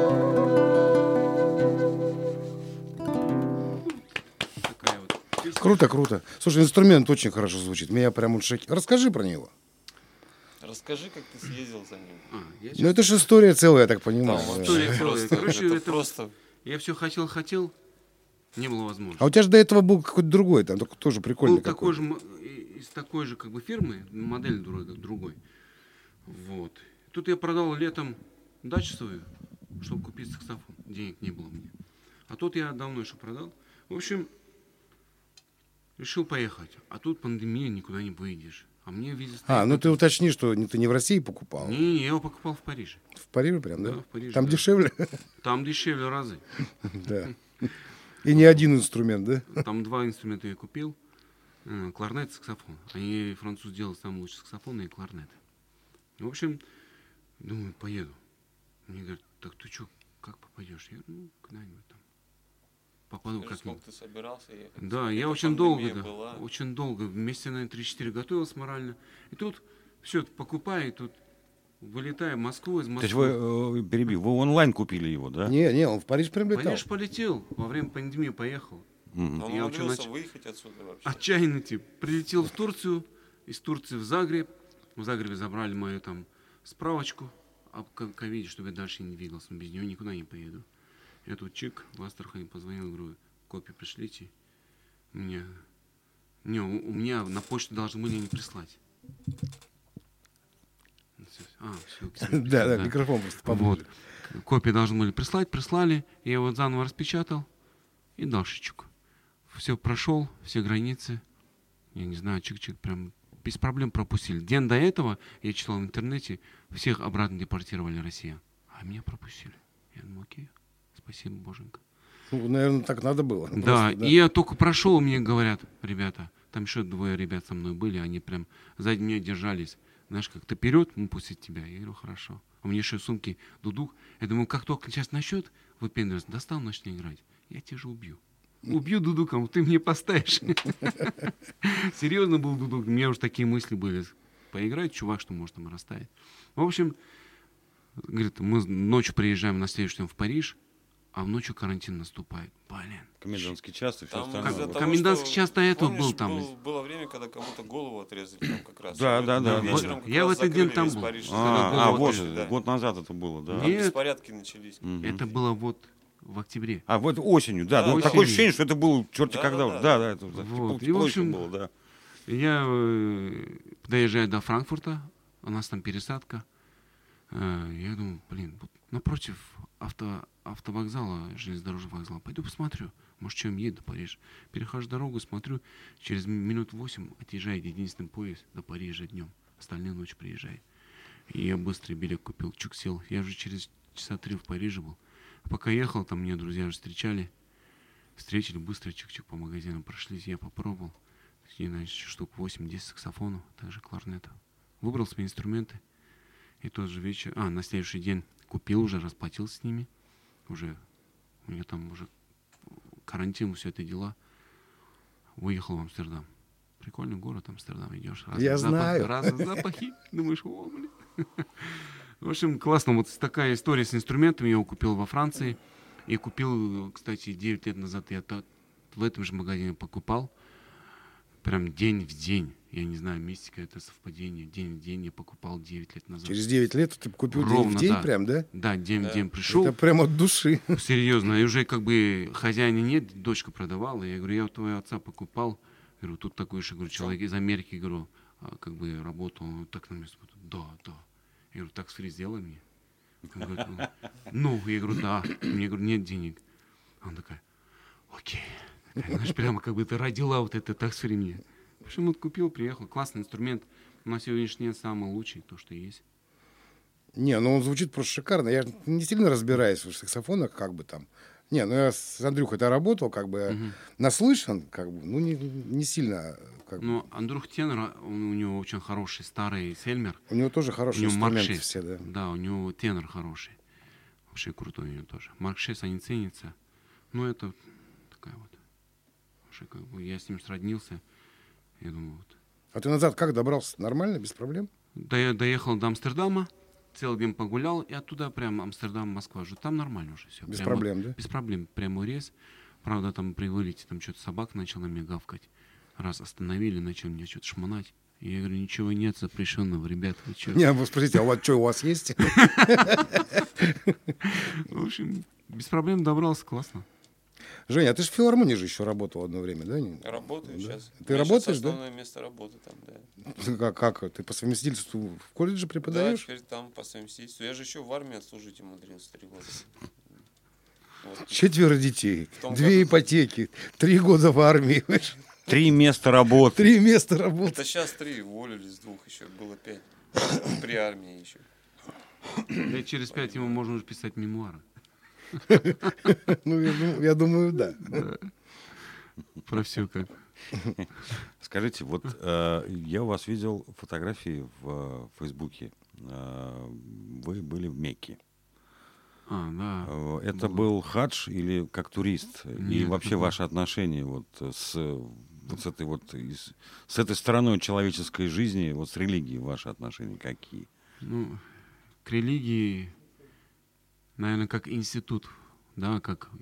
Speaker 3: Такая вот песня.
Speaker 2: Круто. Круто, круто. Слушай, инструмент очень хорошо звучит. Меня прям вот шоки. Расскажи про него.
Speaker 4: Расскажи, как ты съездил за ним.
Speaker 3: А, я
Speaker 2: Ну это же история целая, я так
Speaker 4: Там
Speaker 2: понимаю.
Speaker 4: вообще
Speaker 3: История
Speaker 4: просто,
Speaker 3: целая. Короче,
Speaker 4: это
Speaker 3: это-
Speaker 4: просто...
Speaker 3: Я все хотел, хотел, не было возможности.
Speaker 2: А у тебя же до этого был какой-то другой, там такой тоже прикольный
Speaker 3: Был такой
Speaker 2: какой-то.
Speaker 3: же, мо- и- из такой же как бы фирмы, модель другой. другой. Вот. Тут я продал летом дачу свою, чтобы купить саксофон. Денег не было у меня. А тут я давно еще продал. В общем, решил поехать. А тут пандемия, никуда не выйдешь. А мне виза
Speaker 2: А,
Speaker 3: стоит
Speaker 2: ну
Speaker 3: на-
Speaker 2: ты уточни, что не- ты не в России покупал.
Speaker 3: Не, не, я его покупал в Париже.
Speaker 2: В Париже прям, да?
Speaker 3: Да, в Париже,
Speaker 2: Там
Speaker 3: да.
Speaker 2: дешевле?
Speaker 3: Там дешевле разы.
Speaker 2: Да. И не один инструмент, да?
Speaker 3: Там два инструмента я купил. э, Кларнет и саксофон. Они, француз, делал самый лучший саксофон и кларнет. В общем, думаю, поеду. Мне говорят, так ты что, как попадешь? Я, ну, куда-нибудь там. Попаду
Speaker 4: Скажи,
Speaker 3: как-нибудь.
Speaker 4: сколько ты собирался ехать?
Speaker 3: Да, я
Speaker 4: Это
Speaker 3: очень долго,
Speaker 4: пандемия
Speaker 3: да,
Speaker 4: была.
Speaker 3: очень долго, месяца, наверное, три-четыре готовился морально. И тут все, покупаю, и тут вылетаю в Москву, из
Speaker 1: То есть
Speaker 3: Москвы.
Speaker 1: вы, э, перебил, вы онлайн купили его, да?
Speaker 2: Не, не, он в Париж прям летал.
Speaker 3: Париж полетел, во время пандемии поехал.
Speaker 1: Мгм.
Speaker 4: Он
Speaker 3: Я
Speaker 4: умудрился
Speaker 3: очень нач-
Speaker 4: выехать отсюда вообще.
Speaker 3: Отчаянно, типа, прилетел в Турцию, из Турции в Загреб. В Загребе забрали мою там справочку об ко- ковиде, чтобы я дальше не двигался, но без нее никуда не поеду. Я тут чик в Астрахани позвонил, говорю, копию пришлите. Мне... Не, у, у меня на почту должны были не прислать. А, все,
Speaker 2: Да, да, микрофон просто
Speaker 3: вот.
Speaker 2: поближе.
Speaker 3: Копии должны были прислать, прислали. Я его заново распечатал и дал Шичуку. Все прошел, все границы. Я не знаю, чик-чик прям без проблем пропустили. День до этого, я читал в интернете, всех обратно депортировали Россия. А меня пропустили. Я думаю, окей, спасибо, боженька.
Speaker 2: Ну, наверное, так надо было.
Speaker 3: Да,
Speaker 2: Просто,
Speaker 3: и я только прошел, мне говорят, ребята, там еще двое ребят со мной были, они прям сзади меня держались. Знаешь, как ты вперед, мы пустить тебя. Я говорю, хорошо. А мне еще сумки дудук. Я думаю, как только сейчас насчет выпендриваться, достал, начни играть. Я тебя же убью. Убью дудуком, ты мне поставишь. Серьезно был дудук. У меня уже такие мысли были. Поиграть, чувак, что может там расставить. В общем, говорит, мы ночью приезжаем на следующий день в Париж, а в ночью карантин наступает. Блин.
Speaker 1: Комендантский час и все
Speaker 4: Там
Speaker 1: остальное.
Speaker 4: из-за
Speaker 1: Вот.
Speaker 4: того,
Speaker 3: Комендантский
Speaker 4: что,
Speaker 3: час до этого
Speaker 4: помнишь,
Speaker 3: был там.
Speaker 4: был- было время, когда кому-то голову отрезали там как раз.
Speaker 1: Да,
Speaker 4: И
Speaker 1: да,
Speaker 4: вот
Speaker 1: да,
Speaker 4: вечером
Speaker 3: да.
Speaker 4: как
Speaker 3: Я
Speaker 4: раз
Speaker 3: в этот день
Speaker 4: закрыли
Speaker 3: там
Speaker 4: весь
Speaker 3: был.
Speaker 4: Париж.
Speaker 1: А,
Speaker 3: Когда
Speaker 1: а,
Speaker 3: голову
Speaker 1: вот,
Speaker 3: отрезали,
Speaker 4: да.
Speaker 1: год назад это было, да.
Speaker 4: Там
Speaker 3: Нет.
Speaker 4: беспорядки начались.
Speaker 1: Мгм.
Speaker 3: Это было вот в октябре.
Speaker 1: А вот осенью, да.
Speaker 4: Да,
Speaker 1: ну,
Speaker 3: осенью.
Speaker 1: такое ощущение, что это было черти
Speaker 4: Да,
Speaker 1: когда
Speaker 4: да,
Speaker 1: уже.
Speaker 4: да.
Speaker 1: Да, да, это
Speaker 3: Вот.
Speaker 1: тепло-
Speaker 3: И, в
Speaker 1: тепло
Speaker 3: общем,
Speaker 1: еще было, да.
Speaker 3: Я э, доезжаю до Франкфурта, у нас там пересадка. Э, я думаю, блин, вот напротив авто, автовокзала, железнодорожного вокзала, пойду посмотрю, может, чем едет до Парижа. Перехожу дорогу, смотрю, через минут восемь отъезжает единственный поезд до Парижа днем. Остальные ночью приезжает. И я быстрый билет купил, чук сел. Я уже через часа три в Париже был. А пока ехал, там меня друзья уже встречали. Встретили, быстро чик-чик по магазинам прошлись, я попробовал. И, значит, штук восемь-десять саксофонов, также кларнета. Выбрал свои инструменты. И тот же вечер, а, на следующий день купил уже, расплатился с ними. Уже, у меня там уже карантин, все это дела. Выехал в Амстердам. Прикольный город Амстердам, идешь. разные
Speaker 2: Я
Speaker 3: запах-
Speaker 2: знаю.
Speaker 3: Разные запахи. Думаешь, о, блин. В общем, классно. Вот такая история с инструментами. Я его купил во Франции. И купил, кстати, девять лет назад я та- в этом же магазине покупал. Прям день в день. Я не знаю, мистика это совпадение. День в день я покупал девять лет назад.
Speaker 2: Через девять лет ты купил день
Speaker 3: Ровно,
Speaker 2: в день
Speaker 3: да.
Speaker 2: прям, да?
Speaker 3: Да, день
Speaker 4: Да.
Speaker 3: в день пришел.
Speaker 2: Это прям от души.
Speaker 3: Серьезно. И уже как бы хозяина нет, дочка продавала. Я говорю, я у твоего отца покупал. Говорю, тут такой же, говорю, человек из Америки, говорю, а, как бы работал. Он так на меня смотрит. Да, да. Я говорю, так смотри, сделай мне. Он говорит, ну, я говорю, да. Мне говорю, нет денег. Она такая, окей. Такая, знаешь, прямо как бы ты родила вот это таксфри мне. В общем, вот купил, приехал. Классный инструмент. На сегодняшний день самый лучший, то, что есть.
Speaker 2: Не, ну он звучит просто шикарно. Я не сильно разбираюсь в саксофонах, как бы там. Не, ну я с Андрюхой-то работал, как бы
Speaker 3: Мгм.
Speaker 2: наслышан, как бы, ну не, не сильно. Как бы.
Speaker 3: Ну, Андрюх Тенор, он- у него очень хороший старый Сельмер.
Speaker 2: У него тоже
Speaker 3: У
Speaker 2: хорошие
Speaker 3: него Марк
Speaker 2: инструменты
Speaker 3: шесть.
Speaker 2: все, да.
Speaker 3: Да, у него тенор хороший. Вообще крутой у него тоже. Марк шесть, они ценятся. Ну, это такая вот. Вообще, как бы я с ним сроднился. Я думаю, вот.
Speaker 2: А ты назад как добрался? Нормально, без проблем?
Speaker 3: Да, я доехал до Амстердама, целый день погулял, и оттуда прям Амстердам, Москва. Же там нормально уже все.
Speaker 2: Без проблем, да?
Speaker 3: Без проблем. Прямой рейс. Правда, там при вылете там что-то собак начала на меня гавкать. раз остановили, начали мне что-то шмонать. И я говорю, ничего нет запрещенного, ребята, вы что?
Speaker 2: Не, вы спросите, а у вас что, у вас есть?
Speaker 3: В общем, без проблем добрался, классно.
Speaker 2: Женя, а ты же в филармонии же еще работал одно время, да? Не-
Speaker 4: Работаю
Speaker 2: Да.
Speaker 4: сейчас.
Speaker 2: Ты работаешь, да?
Speaker 4: Основное место работы там, да.
Speaker 2: Как, как? Ты по совместительству в колледже
Speaker 4: Да,
Speaker 2: преподаешь?
Speaker 4: теперь там по совместительству. Я же еще в армии отслужить умудрился три года. Вот.
Speaker 2: Четверо детей,
Speaker 4: В том
Speaker 2: две
Speaker 4: году-
Speaker 2: ипотеки, три года в армии, понимаешь?
Speaker 1: Три места работы.
Speaker 2: Три места работы.
Speaker 4: Это сейчас три, уволились двух, еще было пять. При армии еще.
Speaker 3: Лет через пять ему можно уже писать мемуары.
Speaker 2: Ну, я, дум- я думаю, да.
Speaker 3: Про все как.
Speaker 1: Скажите, вот э, я у вас видел фотографии в э, Фейсбуке. Э, вы были в Мекке.
Speaker 3: А, да.
Speaker 1: Э, Это
Speaker 3: было.
Speaker 1: был хадж или как турист? И
Speaker 3: Нет,
Speaker 1: вообще
Speaker 3: это был-
Speaker 1: ваши отношения вот с, вот с этой вот из- с этой стороной человеческой жизни, вот с религией ваши отношения какие?
Speaker 3: Ну, к религии, наверное, как институт, да, как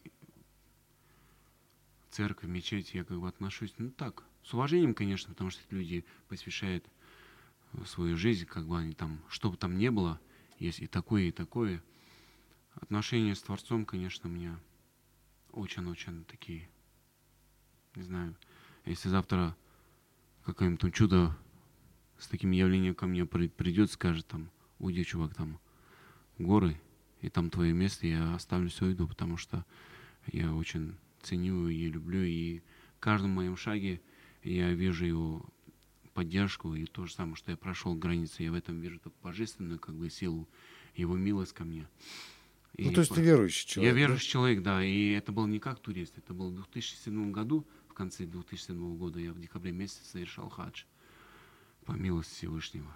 Speaker 3: церковь, мечеть, я как бы отношусь, ну так, с уважением, конечно, потому что люди посвящают свою жизнь, как бы они там, что бы там ни было, есть и такое, и такое. Отношения с Творцом, конечно, у меня очень-очень такие, не знаю, если завтра какое-нибудь там чудо с таким явлением ко мне при- придет, скажет там, уйди, чувак, там, в горы, и там твое место, я оставлю все, иду, потому что я очень ценю и люблю, и в каждом моем шаге я вижу его поддержку, и то же самое, что я прошел границы, я в этом вижу только божественную, как бы, силу, его милость ко мне.
Speaker 2: Ну,
Speaker 3: И
Speaker 2: то есть
Speaker 3: по-
Speaker 2: ты верующий человек.
Speaker 3: я
Speaker 2: да?
Speaker 3: верующий человек, да, и это был не как турист, это был в две тысячи седьмом году, в конце две тысячи седьмого года, я в декабре месяце совершал хадж по милости Всевышнего.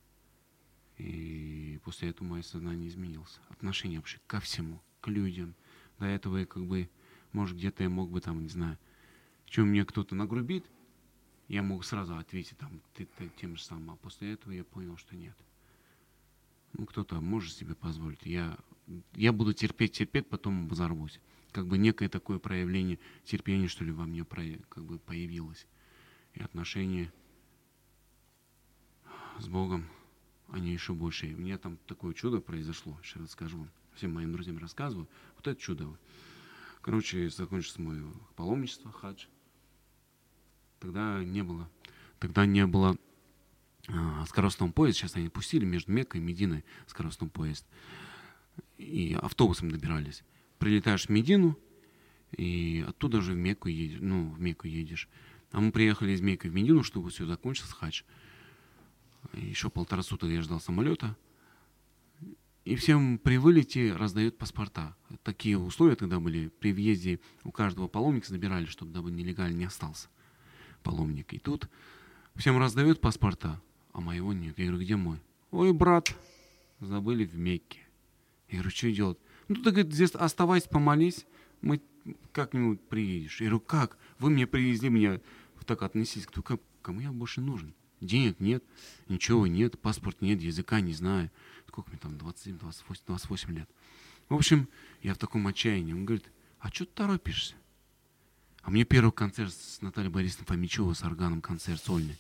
Speaker 3: И после этого мое сознание изменилось. Отношение вообще ко всему, к людям. До этого я как бы, может, где-то я мог бы там, не знаю, чем мне кто-то нагрубит, я мог сразу ответить там ты, ты тем же самым. А после этого я понял, что нет. Ну, кто-то может себе позволить. Я, я буду терпеть, терпеть, потом взорвусь. Как бы некое такое проявление терпения, что ли, во мне про- как бы появилось. И отношения с Богом, они еще больше. И у меня там такое чудо произошло, сейчас расскажу вам. Всем моим друзьям рассказываю. Вот это чудо. Короче, закончилось мое паломничество, хадж. Тогда не было. Тогда не было а, скоростного поезда. Сейчас они пустили между Меккой и Мединой скоростной поезд. И автобусом добирались. Прилетаешь в Медину, и оттуда же в Мекку едешь. Ну, в Мекку едешь. А мы приехали из Мекки в Медину, чтобы все закончился хадж. Еще полтора суток я ждал самолета. И всем при вылете раздают паспорта. Такие условия тогда были. При въезде у каждого паломника забирали, чтобы дабы нелегально не остался паломник. И тут всем раздают паспорта, а моего нет. Я говорю, где мой? Ой, брат, забыли в Мекке. Я говорю, что делать? Ну, ты, говорит, здесь оставайся, помолись, мы как-нибудь приедешь. Я говорю, как? Вы мне привезли, меня так относились. Кто, как, кому я больше нужен? Денег нет, ничего нет, паспорт нет, языка не знаю. Сколько мне там, двадцать семь, двадцать восемь, двадцать восемь лет. В общем, я в таком отчаянии. Он говорит, а что ты торопишься? А мне первый концерт с Натальей Борисовной Фомичевой, с органом концерт сольный.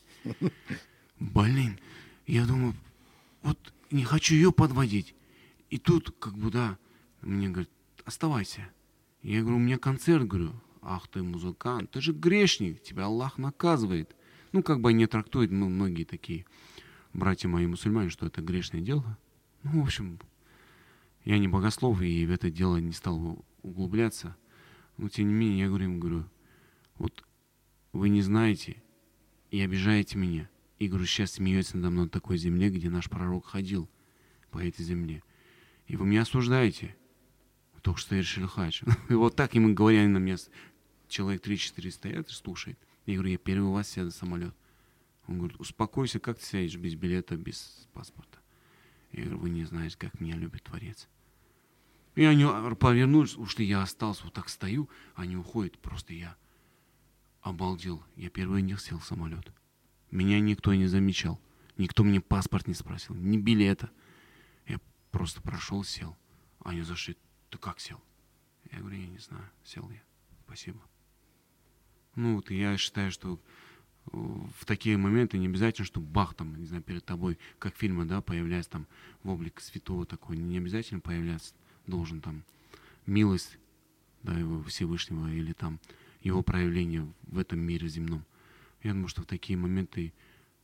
Speaker 3: Блин, я думаю, вот не хочу ее подводить. И тут, как бы, да, мне говорит, оставайся. Я говорю, у меня концерт, говорю, ах ты музыкант, ты же грешник, тебя Аллах наказывает. Ну, как бы они трактуют, ну, многие такие братья мои мусульмане, что это грешное дело. Ну, в общем, я не богослов и в это дело не стал углубляться. Но, тем не менее, я говорю им, говорю, вот вы не знаете и обижаете меня. И, говорю, сейчас смеется надо мной на такой земле, где наш пророк ходил по этой земле. И вы меня осуждаете. Вы только что решили хадж. И вот так ему говоря, они на меня, человек три-четыре стоят и слушают. Я говорю, я первый у вас сяду в самолет. Он говорит, успокойся, как ты сядешь без билета, без паспорта? Я говорю, вы не знаете, как меня любит Творец. И они повернулись, уж что я остался, вот так стою, они уходят, просто я обалдел. Я первый не сел в самолет. Меня никто не замечал, никто мне паспорт не спросил, ни билета. Я просто прошел, сел. Они зашли, ты как сел? Я говорю, я не знаю, сел я, спасибо. Ну вот я считаю, что в такие моменты не обязательно, что бах, там, не знаю, перед тобой, как фильмы, да, появляется там в облик святого такой, не обязательно появляться должен там милость, да, его Всевышнего или там его проявление в этом мире земном. Я думаю, что в такие моменты,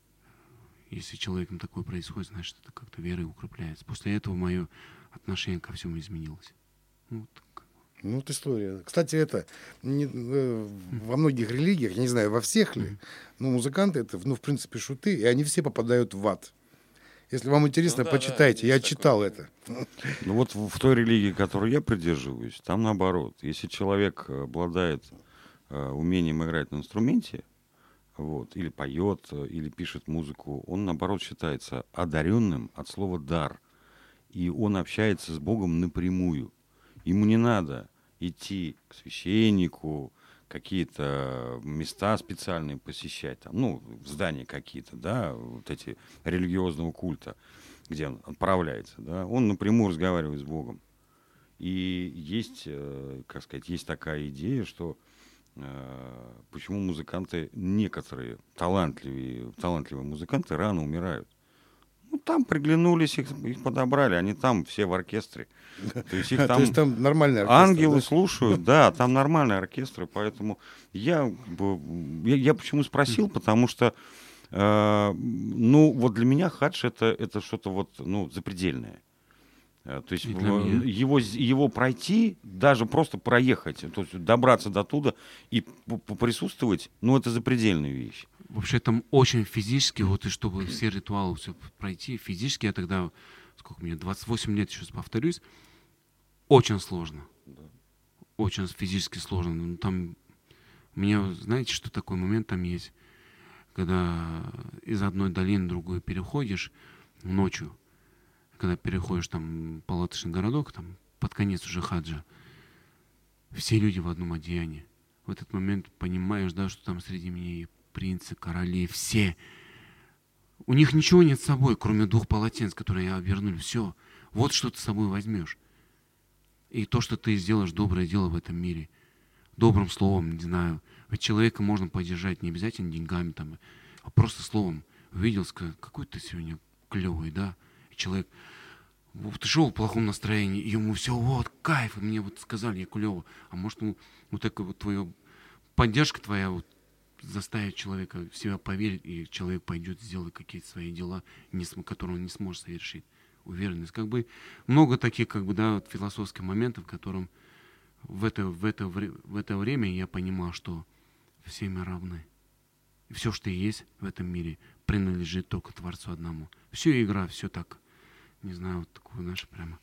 Speaker 3: если человеком такое происходит, значит, это как-то верой укрепляется. После этого мое отношение ко всему изменилось. Ну, вот.
Speaker 2: Ну, вот история. Кстати, это не, э, во многих религиях, я не знаю, во всех ли, но музыканты это, ну, в принципе, шуты, и они все попадают в ад. Если вам интересно,
Speaker 4: Ну, да,
Speaker 2: почитайте.
Speaker 4: да,
Speaker 2: Я
Speaker 4: есть
Speaker 2: читал
Speaker 4: такое.
Speaker 2: это.
Speaker 1: Ну вот в, в той религии, которой я придерживаюсь, там наоборот. Если человек обладает э, умением играть на инструменте, вот, или поет, э, или пишет музыку, он наоборот считается одаренным от слова дар. И он общается с Богом напрямую. Ему не надо идти к священнику, какие-то места специальные посещать, там, ну, здания какие-то, да, вот эти религиозного культа, где он отправляется, да, он напрямую разговаривает с Богом. И есть, э, как сказать, есть такая идея, что э, почему музыканты, некоторые талантливые, талантливые музыканты рано умирают. Ну, там приглянулись, их, их подобрали, они там все в оркестре. То есть их
Speaker 2: То
Speaker 1: там,
Speaker 2: есть там нормальный оркестр,
Speaker 1: ангелы
Speaker 2: да?
Speaker 1: слушают, да, там нормальные оркестры, поэтому я, б- я, я почему спросил, потому что, э, ну, вот для меня хадж это, это что-то вот, ну, запредельное. Э, То есть
Speaker 3: И для
Speaker 1: в-
Speaker 3: меня.
Speaker 1: его, з- его пройти, даже просто проехать, то есть добраться до туда и п- поприсутствовать, ну, это запредельная вещь.
Speaker 3: Вообще там очень физически, вот и чтобы все ритуалы все пройти, физически я тогда, сколько мне, двадцать восемь лет, сейчас повторюсь, очень сложно. Очень физически сложно. Ну, там, у меня, знаете, что такой момент там есть, когда из одной долины в другую переходишь ночью, когда переходишь там палаточный городок, там под конец уже хаджа, все люди в одном одеянии. В этот момент понимаешь, да, что там среди меня и принцы, короли, все. У них ничего нет с собой, кроме двух полотенец, которые я обернули. Все. Вот что ты с собой возьмешь. И то, что ты сделаешь доброе дело в этом мире. Добрым словом, не знаю. Ведь человека можно поддержать не обязательно деньгами, там, а просто словом. Увидел, сказал, какой ты сегодня клевый, да? И человек, вот ты шел в плохом настроении, и ему все, вот, кайф, и мне вот сказали, я клево. А может, ну, вот такая вот твоя поддержка твоя вот заставит человека в себя поверить, и человек пойдет сделать какие-то свои дела, не см- которые он не сможет совершить. Уверенность. Как бы много таких, как бы, да, вот философских моментов, в котором в это, в, это, вре- в это время я понимал, что все мы равны. И все, что есть в этом мире, принадлежит только Творцу одному. Все игра, все так, не знаю, вот такое, знаешь, прямо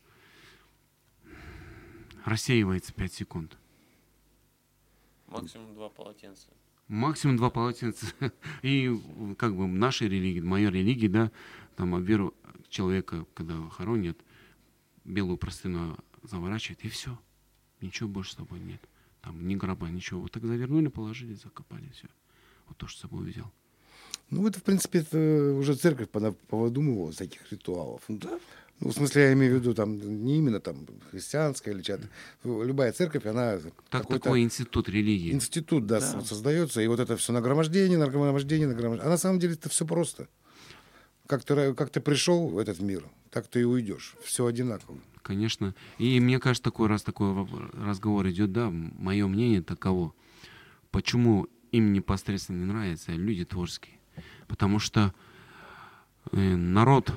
Speaker 3: рассеивается пять секунд.
Speaker 4: Максимум два полотенца.
Speaker 3: Максимум два полотенца. И как бы в нашей религии, в моей религии, да, там веру человека, когда хоронят, белую простыню заворачивают, и все. Ничего больше с собой нет. Там ни гроба, ничего. Вот так завернули, положили, закопали, все. Вот то, что с собой взял.
Speaker 2: Ну, это, в принципе, это уже церковь пона- повыдумывала всяких ритуалов. Да. Ну, в смысле, я имею в виду, там, не именно там христианская или чья-то. Любая церковь, она
Speaker 3: Так
Speaker 2: какой-то
Speaker 3: такой институт религии.
Speaker 2: институт, да, с- создается, и вот это все нагромождение, нагромождение, нагромождение. А на самом деле это все просто. Как ты, ра- как ты пришел в этот мир, так ты и уйдешь. Все одинаково.
Speaker 3: Конечно. И мне кажется, такой раз такой воп- разговор идет, да, мое мнение таково. Почему им непосредственно не нравятся люди творческие? Потому что э, народ,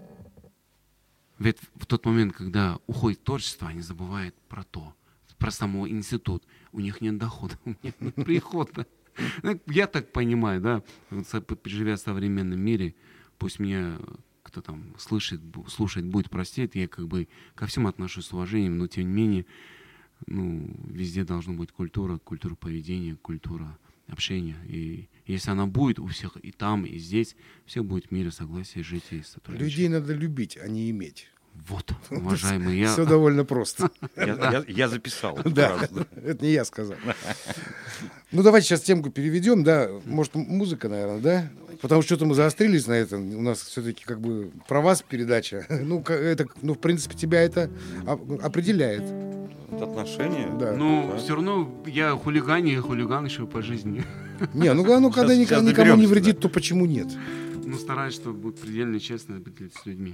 Speaker 3: ведь в тот момент, когда уходит творчество, они забывают про то, про самого институт. У них нет дохода, у них нет прихода. Ну, я так понимаю, да, вот со- живя в современном мире, пусть меня кто там слышит, бу- слушает, будет простить, я как бы ко всем отношусь с уважением, но тем не менее, ну, везде должна быть культура, культура поведения, культура общения. И если она будет у всех и там, и здесь, все будет в мире, согласие, жить и сотрудничать.
Speaker 2: Людей надо любить, а не иметь.
Speaker 3: Вот, уважаемый, я...
Speaker 2: Все довольно просто.
Speaker 1: Я, я- я записал. эту
Speaker 2: Да,
Speaker 1: фразу.
Speaker 2: это не я сказал. Ну, давайте сейчас темку переведем, да. Может, музыка, наверное, да? Потому что что-то мы заострились на этом. У нас все-таки как бы про вас передача. Ну, ка- это, ну, в принципе, тебя это о- определяет.
Speaker 1: значит, отношения.
Speaker 2: Да.
Speaker 3: Ну,
Speaker 1: Да.
Speaker 3: все равно я хулиган, я хулиган еще по жизни.
Speaker 2: Не, ну, а ну когда
Speaker 1: Сейчас-
Speaker 2: ник-
Speaker 1: сейчас
Speaker 2: никому не
Speaker 1: доберемся,
Speaker 2: вредит,
Speaker 1: да.
Speaker 2: то почему нет?
Speaker 3: Ну, стараюсь, чтобы быть предельно честно быть с людьми.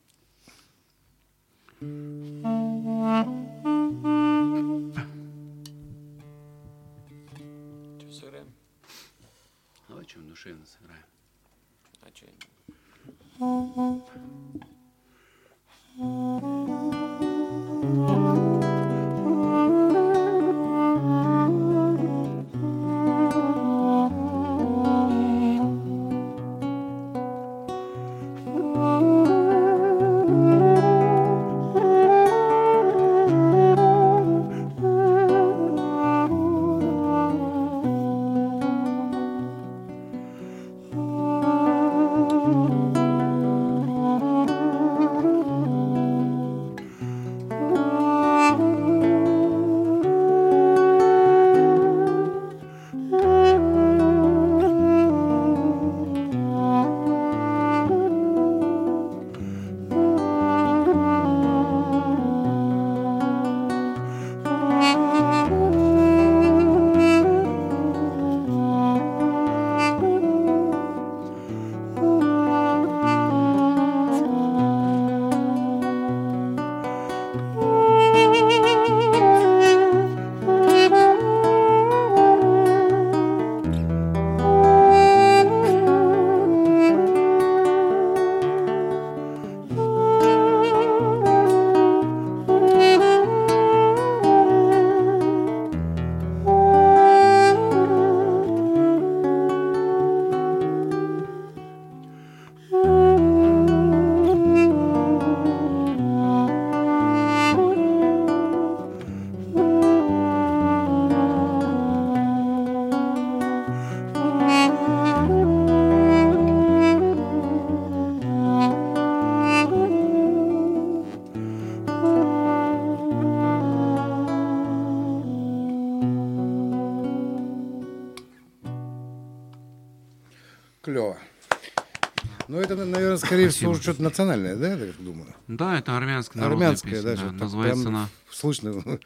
Speaker 4: Что, сыграем?
Speaker 3: Давай что-нибудь душевно сыграем.
Speaker 4: А что?
Speaker 2: Клево. Ну, это, наверное, скорее всего,
Speaker 3: Спасибо.
Speaker 2: уже что-то национальное, да, я так думаю?
Speaker 3: Да, это армянская народная
Speaker 2: Армянская,
Speaker 3: песня,
Speaker 2: да,
Speaker 3: да.
Speaker 2: что-то так
Speaker 3: Называется
Speaker 2: прям
Speaker 3: она...
Speaker 2: слышно.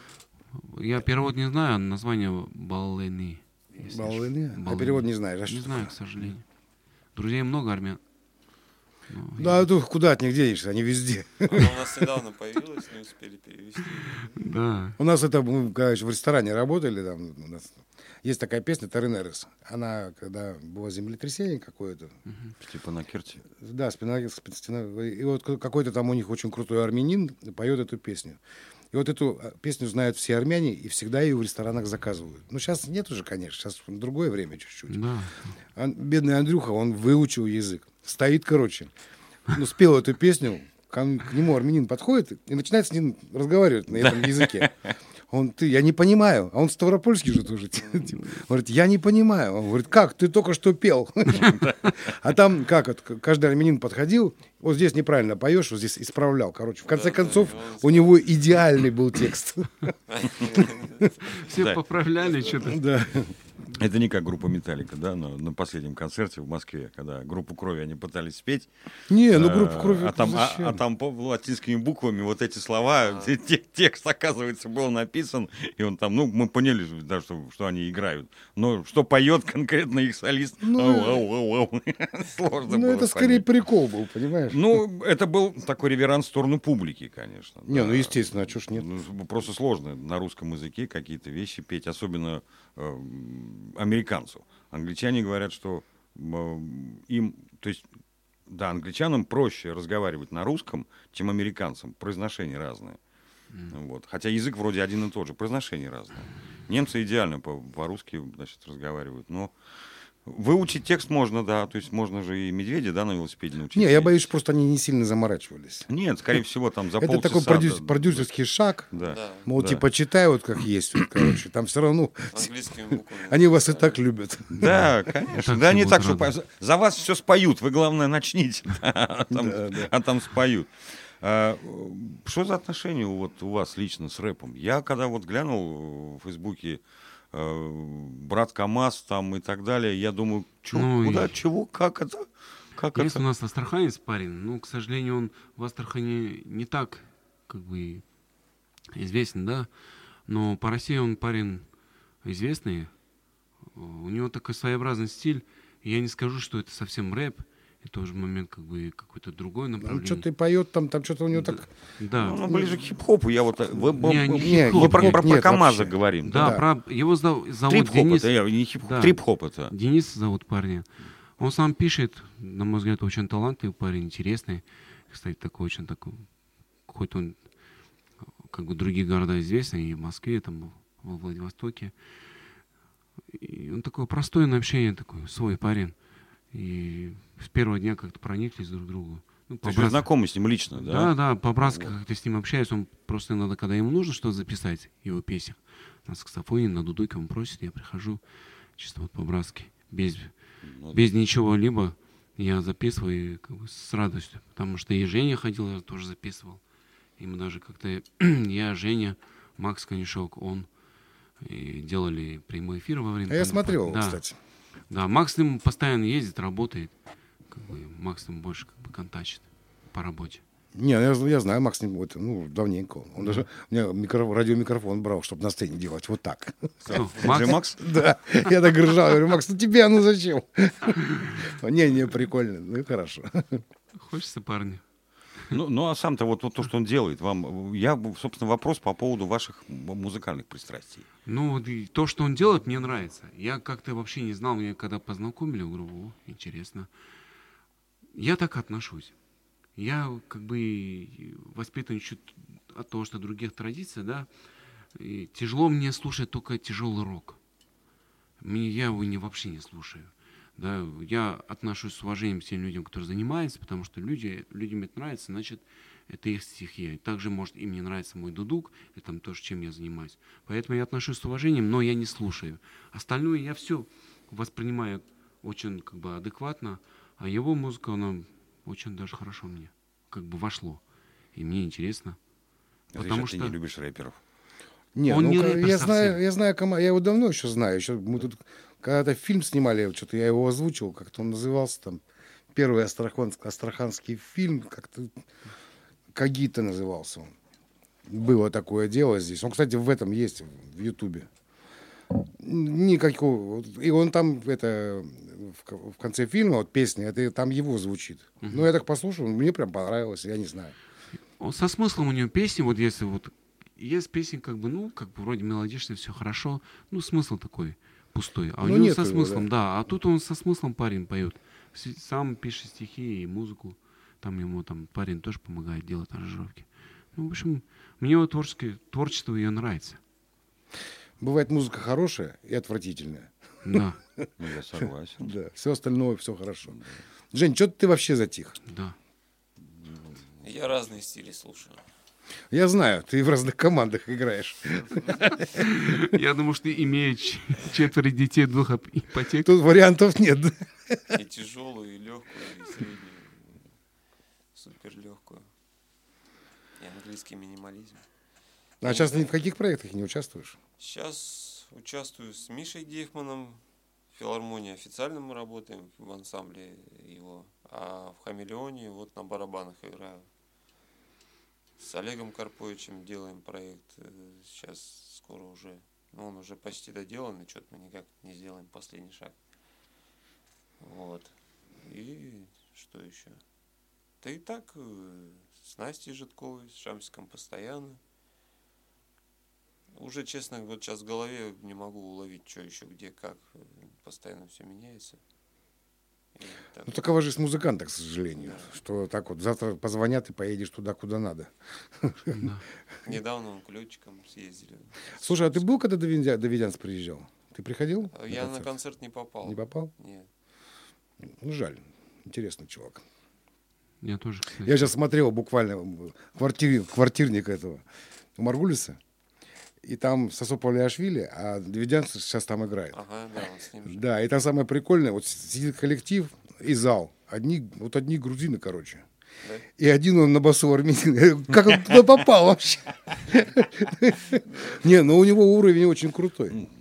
Speaker 3: Я перевод не знаю, название Баллыны. если
Speaker 2: Баллыны? А
Speaker 3: Баллыны.
Speaker 2: перевод не знаешь, а
Speaker 3: Не
Speaker 2: что
Speaker 3: знаю, к сожалению. Друзей много армян. Ну,
Speaker 2: Да, тут куда от них денешься, они везде.
Speaker 4: Она у нас недавно появилась, не успели перевести.
Speaker 3: Да.
Speaker 2: У нас это, мы, конечно, в ресторане работали, там у нас есть такая песня «Тарынерес». Она, когда было землетрясение какое-то,
Speaker 1: Типа на Керти.
Speaker 2: да, спина, спина- и вот какой-то там у них очень крутой армянин поет эту песню. И вот эту песню знают все армяне и всегда ее в ресторанах заказывают. Ну, сейчас нет уже, конечно, сейчас другое время чуть-чуть.
Speaker 3: Да.
Speaker 2: А бедный Андрюха, он выучил язык. Стоит, короче, ну, спел эту песню, к к нему армянин подходит и начинает с ним разговаривать на этом языке. Он, ты, я не понимаю. А он ставропольский же тоже. Он говорит, я не понимаю. Он говорит, как, ты только что пел. А там, как, вот, каждый армянин подходил, вот здесь неправильно поешь, вот здесь исправлял. Короче, в конце концов, у него идеальный был текст.
Speaker 3: Все
Speaker 1: Да.
Speaker 3: поправляли что-то.
Speaker 2: Да.
Speaker 1: Это не как группа «Металлика», да, на, на последнем концерте в Москве, когда группу «Крови» они пытались спеть.
Speaker 2: Не, ну
Speaker 1: Э,
Speaker 2: группа крови.
Speaker 1: А там, а,
Speaker 2: зачем?
Speaker 1: а там по латинскими буквами вот эти слова, те- те- текст, оказывается, был написан, и он там, ну, мы поняли, да, что, что они играют. Но что поет конкретно их солист,
Speaker 2: Ну,
Speaker 1: ау, ау, ау, ау. Сложно
Speaker 2: Ну,
Speaker 1: было
Speaker 2: это скорее
Speaker 1: понять.
Speaker 2: прикол был, понимаешь?
Speaker 1: Ну, это был такой реверанс в сторону публики, конечно.
Speaker 2: Не,
Speaker 1: да.
Speaker 2: ну, естественно, а чё ж нет?
Speaker 1: Ну, просто сложно на русском языке какие-то вещи петь, особенно э, американцу. Англичане говорят, что э, им, то есть, да, англичанам проще разговаривать на русском, чем американцам. Произношение разное. Вот. Хотя язык вроде один и тот же, произношение разное. Немцы идеально по- по-русски, значит, разговаривают, но выучить текст можно, да, то есть можно же и медведя, да, на велосипеде научить.
Speaker 2: Не, я
Speaker 1: ездить.
Speaker 2: боюсь, что просто они не сильно заморачивались.
Speaker 1: Нет, скорее всего, там за
Speaker 2: Это
Speaker 1: полчаса.
Speaker 2: такой продюс-
Speaker 1: да,
Speaker 2: продюсерский шаг.
Speaker 1: Да.
Speaker 4: Да,
Speaker 2: Мол,
Speaker 1: Да.
Speaker 2: типа, читай вот как есть, вот, короче. Там все равно
Speaker 4: английскими буквами.
Speaker 2: они вас и так любят.
Speaker 1: Да, конечно.
Speaker 3: Так
Speaker 1: Да,
Speaker 3: все
Speaker 1: не
Speaker 3: будут
Speaker 1: так, что
Speaker 3: рады.
Speaker 1: по- за вас все споют. Вы, главное, начните. А там,
Speaker 2: Да, да.
Speaker 1: а там споют. А, что за отношения у, вот, у вас лично с рэпом? Я когда вот глянул в Фейсбуке э, брат КамАЗ там и так далее, я думаю, чё,
Speaker 3: Ну,
Speaker 1: куда,
Speaker 3: и-
Speaker 1: чего, как это? Как
Speaker 3: Есть
Speaker 1: это?
Speaker 3: у нас астраханец парень, но, к сожалению, он в Астрахани не так, как бы, Известен, да. Но по России он парень известный. У него такой своеобразный стиль. Я не скажу, что это совсем рэп. Это уже момент как бы какой-то другой направление.
Speaker 2: Он что-то и поет, там, там что-то у него
Speaker 3: Да.
Speaker 2: так...
Speaker 3: Да.
Speaker 1: Ну, ближе к хип-хопу. Я вот... Вы,
Speaker 3: Не, не
Speaker 1: мы
Speaker 3: хип-хоп.
Speaker 1: про,
Speaker 2: Нет,
Speaker 1: про, про
Speaker 2: нет,
Speaker 1: КамАЗа
Speaker 2: вообще.
Speaker 1: говорим.
Speaker 3: Да,
Speaker 2: Да.
Speaker 3: про его зов- зовут
Speaker 1: Трип-хоп
Speaker 3: Денис.
Speaker 1: это, не хип-хоп,
Speaker 3: Да.
Speaker 1: трип-хоп это.
Speaker 3: Денис зовут парня. Он сам пишет, на мой взгляд, очень талантливый парень, интересный. Кстати, такой очень такой, хоть он как бы в других городах известный, и в Москве, там, во Владивостоке. И он такой простой на общение, такой свой парень. И с первого дня как-то прониклись друг к другу. Ну,
Speaker 1: То есть вы
Speaker 3: по-братски.
Speaker 1: знакомы с ним лично,
Speaker 3: Да,
Speaker 1: да?
Speaker 3: да, по-братски как-то с ним общаюсь. Он просто иногда, когда ему нужно что-то записать, его песен, на саксофоне, на дудуке он просит, я прихожу, чисто вот по-братски, без,
Speaker 1: Ну,
Speaker 3: без ничего-либо я записываю и как бы с радостью. Потому что и Женя ходил, я тоже записывал. И мы даже как-то, я, Женя, Макс Конюшок, он, и делали прямой эфир во время...
Speaker 2: А я
Speaker 3: пан-
Speaker 2: смотрел его,
Speaker 3: да.
Speaker 2: кстати.
Speaker 3: Да, Макс с ним постоянно ездит, работает. Как бы Макс с ним больше как бы контачит по работе.
Speaker 2: Не, я, я знаю, Макс, не- это, ну, давненько. Он даже у меня микро, радиомикрофон брал, чтобы на сцене делать вот так.
Speaker 3: Кто?
Speaker 1: Джей Макс?
Speaker 2: Да, я так ржал, говорю, Макс, ну тебе, ну зачем? Не, не, прикольно, ну хорошо.
Speaker 3: Хочется, парни?
Speaker 1: Ну, ну, а сам-то вот, вот то, что он делает, вам... Я, собственно, вопрос по поводу ваших музыкальных пристрастий.
Speaker 3: Ну, вот и то, что он делает, мне нравится. Я как-то вообще не знал, меня когда познакомили, говорю, о, интересно. Я так отношусь. Я как бы воспитан чуть от того, что других традиций, да. И тяжело мне слушать только тяжелый рок. Мне, я его не, вообще не слушаю. Да, я отношусь с уважением к тем людям, которые занимаются, потому что люди, людям это нравится, значит, это их стихия. Также, может, им не нравится мой дудук, это там тоже, чем я занимаюсь. Поэтому я отношусь с уважением, но я не слушаю. Остальное я все воспринимаю очень как бы адекватно, а его музыка, она очень даже хорошо мне как бы вошло. И мне интересно.
Speaker 1: Это
Speaker 3: Потому
Speaker 1: еще
Speaker 3: что...
Speaker 1: ты не любишь рэперов.
Speaker 2: Не,
Speaker 3: Он
Speaker 2: ну,
Speaker 3: не
Speaker 2: ка-
Speaker 3: рэпер
Speaker 2: я
Speaker 3: совсем.
Speaker 2: знаю, я знаю, кома- я его давно еще знаю. Еще мы тут когда-то фильм снимали, что-то я его озвучил, как-то он назывался там. Первый астрахан- астраханский фильм, как-то Кагита назывался он. Было такое дело здесь. Он, кстати, в этом есть, в Ютубе. Никакого. И он там, это, в ко- в конце фильма, вот песня, это там его звучит. Ну, я так послушал, мне прям понравилось, я не знаю.
Speaker 3: Он со смыслом у него песни, вот если вот есть песни, как бы, ну, как бы вроде мелодично, все хорошо, ну, смысл такой пустой. А у
Speaker 2: Ну,
Speaker 3: него
Speaker 2: нет
Speaker 3: со
Speaker 2: его,
Speaker 3: смыслом, да. А тут он со смыслом парень поет. С- Сам пишет стихи и музыку. Там ему там парень тоже помогает делать аранжировки. Ну, в общем, мне его творческое, творчество ее нравится.
Speaker 2: Бывает музыка хорошая и отвратительная.
Speaker 3: Да,
Speaker 1: Ну, я согласен.
Speaker 2: Да, все остальное, все хорошо. Жень, что ты вообще затих?
Speaker 3: да.
Speaker 4: Я разные стили слушаю.
Speaker 2: Я знаю, ты в разных командах играешь.
Speaker 3: Я думаю, что имея ч- четверо детей, двух оп- ипотек,
Speaker 2: Тут вариантов нет.
Speaker 4: И тяжелую, и легкую, и среднюю. Супер легкую. И английский минимализм.
Speaker 2: А сейчас ты ни в каких проектах не участвуешь?
Speaker 4: Сейчас участвую с Мишей Гейфманом. В филармонии официально мы работаем в ансамбле его. А в Хамелеоне вот на барабанах играю. С Олегом Карповичем делаем проект. э, Сейчас скоро уже. Ну, он уже почти доделан, и что-то мы никак не сделаем последний шаг. Вот. И что еще? Да и так, э, с Настей Житковой, с Шамсиком постоянно. Уже, честно, вот сейчас в голове не могу уловить, что еще, где, как. э, Постоянно все меняется. И так
Speaker 2: Ну, такова жизнь музыканта, к сожалению. Что так вот, завтра позвонят и поедешь туда, куда надо.
Speaker 3: да.
Speaker 4: Недавно он к летчикам съездили.
Speaker 2: Слушай, а ты был, когда Давидя- Давидянс приезжал? Ты приходил?
Speaker 4: Я на
Speaker 2: концерт?
Speaker 4: концерт не попал.
Speaker 2: Не попал?
Speaker 4: Нет.
Speaker 2: Ну, жаль. Интересный чувак.
Speaker 3: Я тоже, кстати.
Speaker 2: Я сейчас смотрел буквально м, квартир, квартирник этого у Маргулиса. И там Сосо Павлиашвили, а Давидянс сейчас там играет.
Speaker 4: Ага, да, он с ним же.
Speaker 2: Да, и там самое прикольное, вот сидит коллектив и зал. Одни, вот одни грузины, короче.
Speaker 4: Да?
Speaker 2: И один он на басу армянин. Я говорю, как он туда попал вообще? Не, ну у него уровень очень крутой.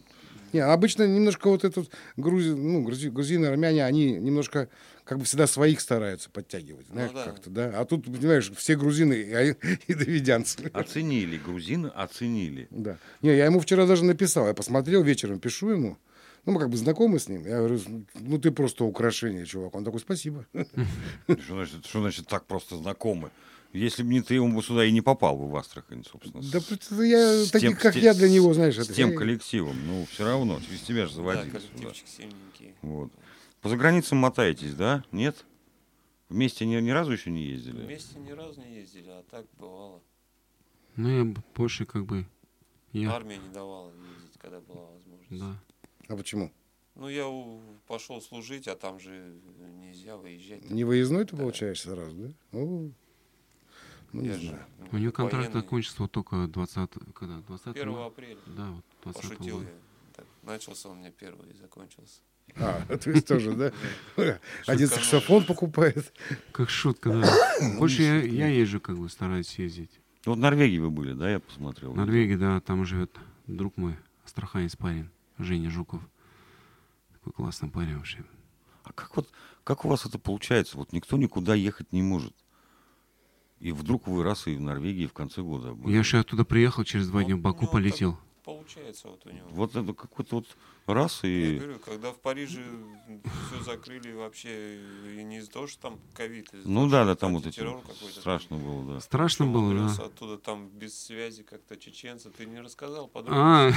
Speaker 2: Не, обычно немножко вот этот грузи, ну, грузи- грузины, армяне, они немножко как бы всегда своих стараются подтягивать, знаешь,
Speaker 4: да.
Speaker 2: как-то, да. А тут, понимаешь, все грузины и, и давидянцы.
Speaker 1: Оценили, грузины оценили.
Speaker 2: Да. Не, я ему вчера даже написал, я посмотрел вечером, пишу ему. Ну, мы как бы знакомы с ним. Я говорю, ну, ты просто украшение, чувак. Он такой, спасибо.
Speaker 1: Что значит, что значит так просто знакомы? Если бы не ты, он бы сюда и не попал бы в Астрахань, собственно.
Speaker 2: Да
Speaker 1: с-
Speaker 2: это я,
Speaker 1: с
Speaker 2: таких,
Speaker 1: тем-
Speaker 2: как
Speaker 1: с те-
Speaker 2: я, для него, знаешь.
Speaker 1: С
Speaker 2: это
Speaker 1: тем
Speaker 2: я-
Speaker 1: коллективом. Ну, все равно, через тебя же
Speaker 4: Да,
Speaker 1: заводили сюда.
Speaker 4: коллективчик семненький.
Speaker 1: Вот. По заграницам мотаетесь, да? Нет? Вместе ни, ни разу еще не ездили?
Speaker 4: Вместе ни разу не ездили, а так бывало.
Speaker 3: Ну, я б- больше как бы... Я...
Speaker 4: Армия не давала ездить, когда была возможность.
Speaker 3: Да.
Speaker 2: А почему?
Speaker 4: Ну, я у- пошел служить, а там же нельзя выезжать.
Speaker 2: Не выездной ты
Speaker 4: Да.
Speaker 2: получаешь сразу, да? О, ну, не
Speaker 4: Я же,
Speaker 2: знаю.
Speaker 4: ну,
Speaker 3: У него контракт
Speaker 4: военный.
Speaker 3: закончится вот только двадцатого... Когда? двадцатого?
Speaker 4: первого апреля.
Speaker 3: Да, вот двадцатого
Speaker 4: Пошутил
Speaker 3: года.
Speaker 4: я. Так, начался он у меня первый и закончился.
Speaker 2: А, то есть тоже, да? Один
Speaker 4: Шутка,
Speaker 2: саксофон покупает.
Speaker 3: Как шутка, да. Больше я, я езжу, как бы, стараюсь ездить.
Speaker 1: Вот в Норвегии вы были, да, я посмотрел?
Speaker 3: В Норвегии, да, там живет друг мой, астраханец парень, Женя Жуков. Такой классный парень вообще.
Speaker 1: А как вот, как у вас это получается? Вот никто никуда ехать не может. И вдруг вы раз и в Норвегии в конце года были.
Speaker 3: Я же оттуда приехал, через два
Speaker 4: Ну,
Speaker 3: дня в Баку
Speaker 4: ну, так
Speaker 3: полетел.
Speaker 4: Получается вот у него.
Speaker 1: Вот это какой-то вот раз
Speaker 4: Я
Speaker 1: и...
Speaker 4: говорю, когда в Париже все закрыли вообще, и не из-за того, что там ковид, из-за
Speaker 1: Ну
Speaker 4: того,
Speaker 1: да,
Speaker 4: что
Speaker 1: да, там вот это
Speaker 4: террор какой-то.
Speaker 1: страшно было, да.
Speaker 3: Страшно
Speaker 4: Пришел,
Speaker 3: было,
Speaker 4: умудрился
Speaker 3: да.
Speaker 4: оттуда там без связи как-то чеченцы. Ты не рассказал подробно?
Speaker 3: А,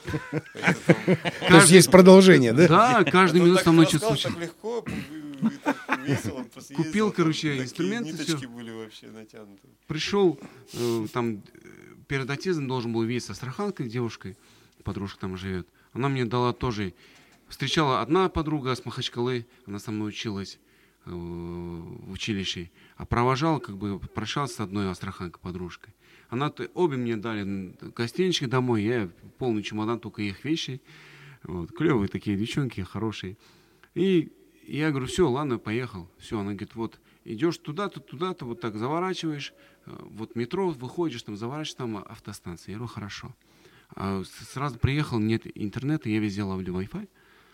Speaker 2: То есть есть продолжение, да?
Speaker 3: да, каждый минут со мной что-то
Speaker 4: так
Speaker 3: случилось.
Speaker 4: легко, и так весело. просто
Speaker 3: Купил,
Speaker 4: ездил, там
Speaker 3: короче,
Speaker 4: такие
Speaker 3: инструменты,
Speaker 4: ниточки
Speaker 3: всё.
Speaker 4: были вообще натянуты.
Speaker 3: Пришел, э, там, э, перед отъездом должен был весь с астраханкой, девушкой, подружка там живет. Она мне дала тоже, встречала одна подруга с Махачкалы, она со мной училась э, в училище, а провожал, как бы, прощался с одной астраханкой подружкой. Она, т- обе мне дали гостинички домой, я полный чемодан, только их вещи. Вот, клевые такие девчонки, хорошие. И я говорю, все, ладно, поехал. Все, она говорит, вот, идешь туда-то, туда-то, вот так заворачиваешь, э, вот метро, выходишь, там, заворачиваешь, там автостанция. Я говорю, хорошо. А с- сразу приехал, нет интернета, я везде ловлю Wi-Fi.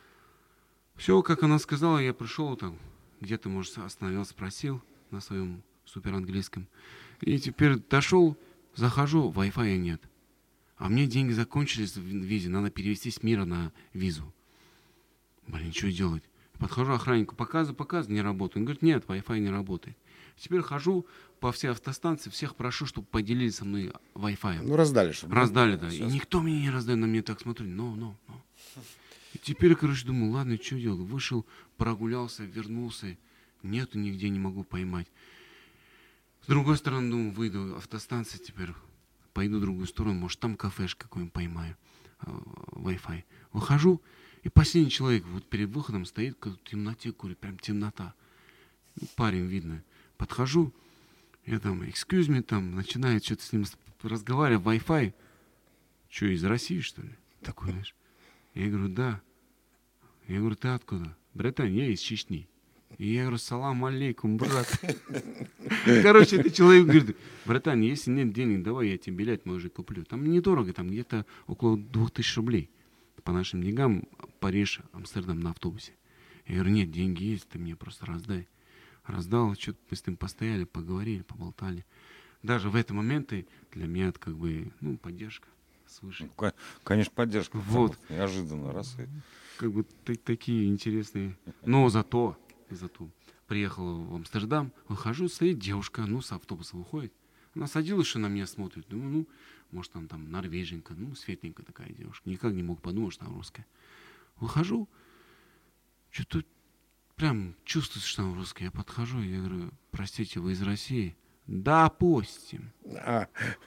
Speaker 3: Все, как она сказала, я пришел там, где-то, может, остановился, спросил на своем суперанглийском. И теперь дошел, захожу, Wi-Fi нет. А мне деньги закончились в визе, надо перевести с мира на визу. Блин, что делать? Подхожу охраннику, показываю, показываю, не работает. Он говорит, нет, Wi-Fi не работает. Теперь хожу по всей автостанции, всех прошу, чтобы поделились со мной Wi-Fi.
Speaker 2: Ну, раздали, чтобы.
Speaker 3: Раздали, да. И
Speaker 4: Сейчас.
Speaker 3: никто меня не раздает, на меня так смотрит. Ну, ну, ну. И теперь, короче, думаю, ладно, что делать? Вышел, прогулялся, вернулся. Нету, нигде не могу поймать. С другой стороны, думаю, выйду, автостанция теперь. Пойду в другую сторону, может, там кафешка какую-нибудь поймаю. э, Wi-Fi. Выхожу, и последний человек вот перед выходом стоит, как в темноте курит, прям темнота. Ну, парень видно. Подхожу, я там, excuse me, там, начинаю что-то с ним с- разговаривать, Wi-Fi. Что, из России, что ли? Такой, знаешь. Я говорю, да. Я говорю, ты откуда? Братан, я из Чечни. И я говорю, салам алейкум, брат. Короче, этот человек говорит, братан, если нет денег, давай я тебе билет, может, куплю. Там недорого, там где-то около двух тысяч рублей. По нашим деньгам Париж, Амстердам на автобусе. Я говорю, нет, деньги есть, ты мне просто раздай. Раздал, что-то мы с ним постояли, поговорили, поболтали. Даже в эти моменты для меня это как бы, ну, поддержка свыше.
Speaker 1: Ну, ко- Конечно, поддержка.
Speaker 3: Вот.
Speaker 1: Неожиданно, раз и...
Speaker 3: Как бы та- такие интересные. Но зато, зато приехал в Амстердам, выхожу, стоит девушка, ну, с автобуса выходит. Она садилась, что на меня смотрит. Думаю, ну, может, там, там норвеженка, ну, светленькая такая девушка. Никак не мог подумать, что она русская. Выхожу, что-то прям чувствуется, что она русская. Я подхожу, я говорю, простите, вы из России? Допустим.
Speaker 2: А,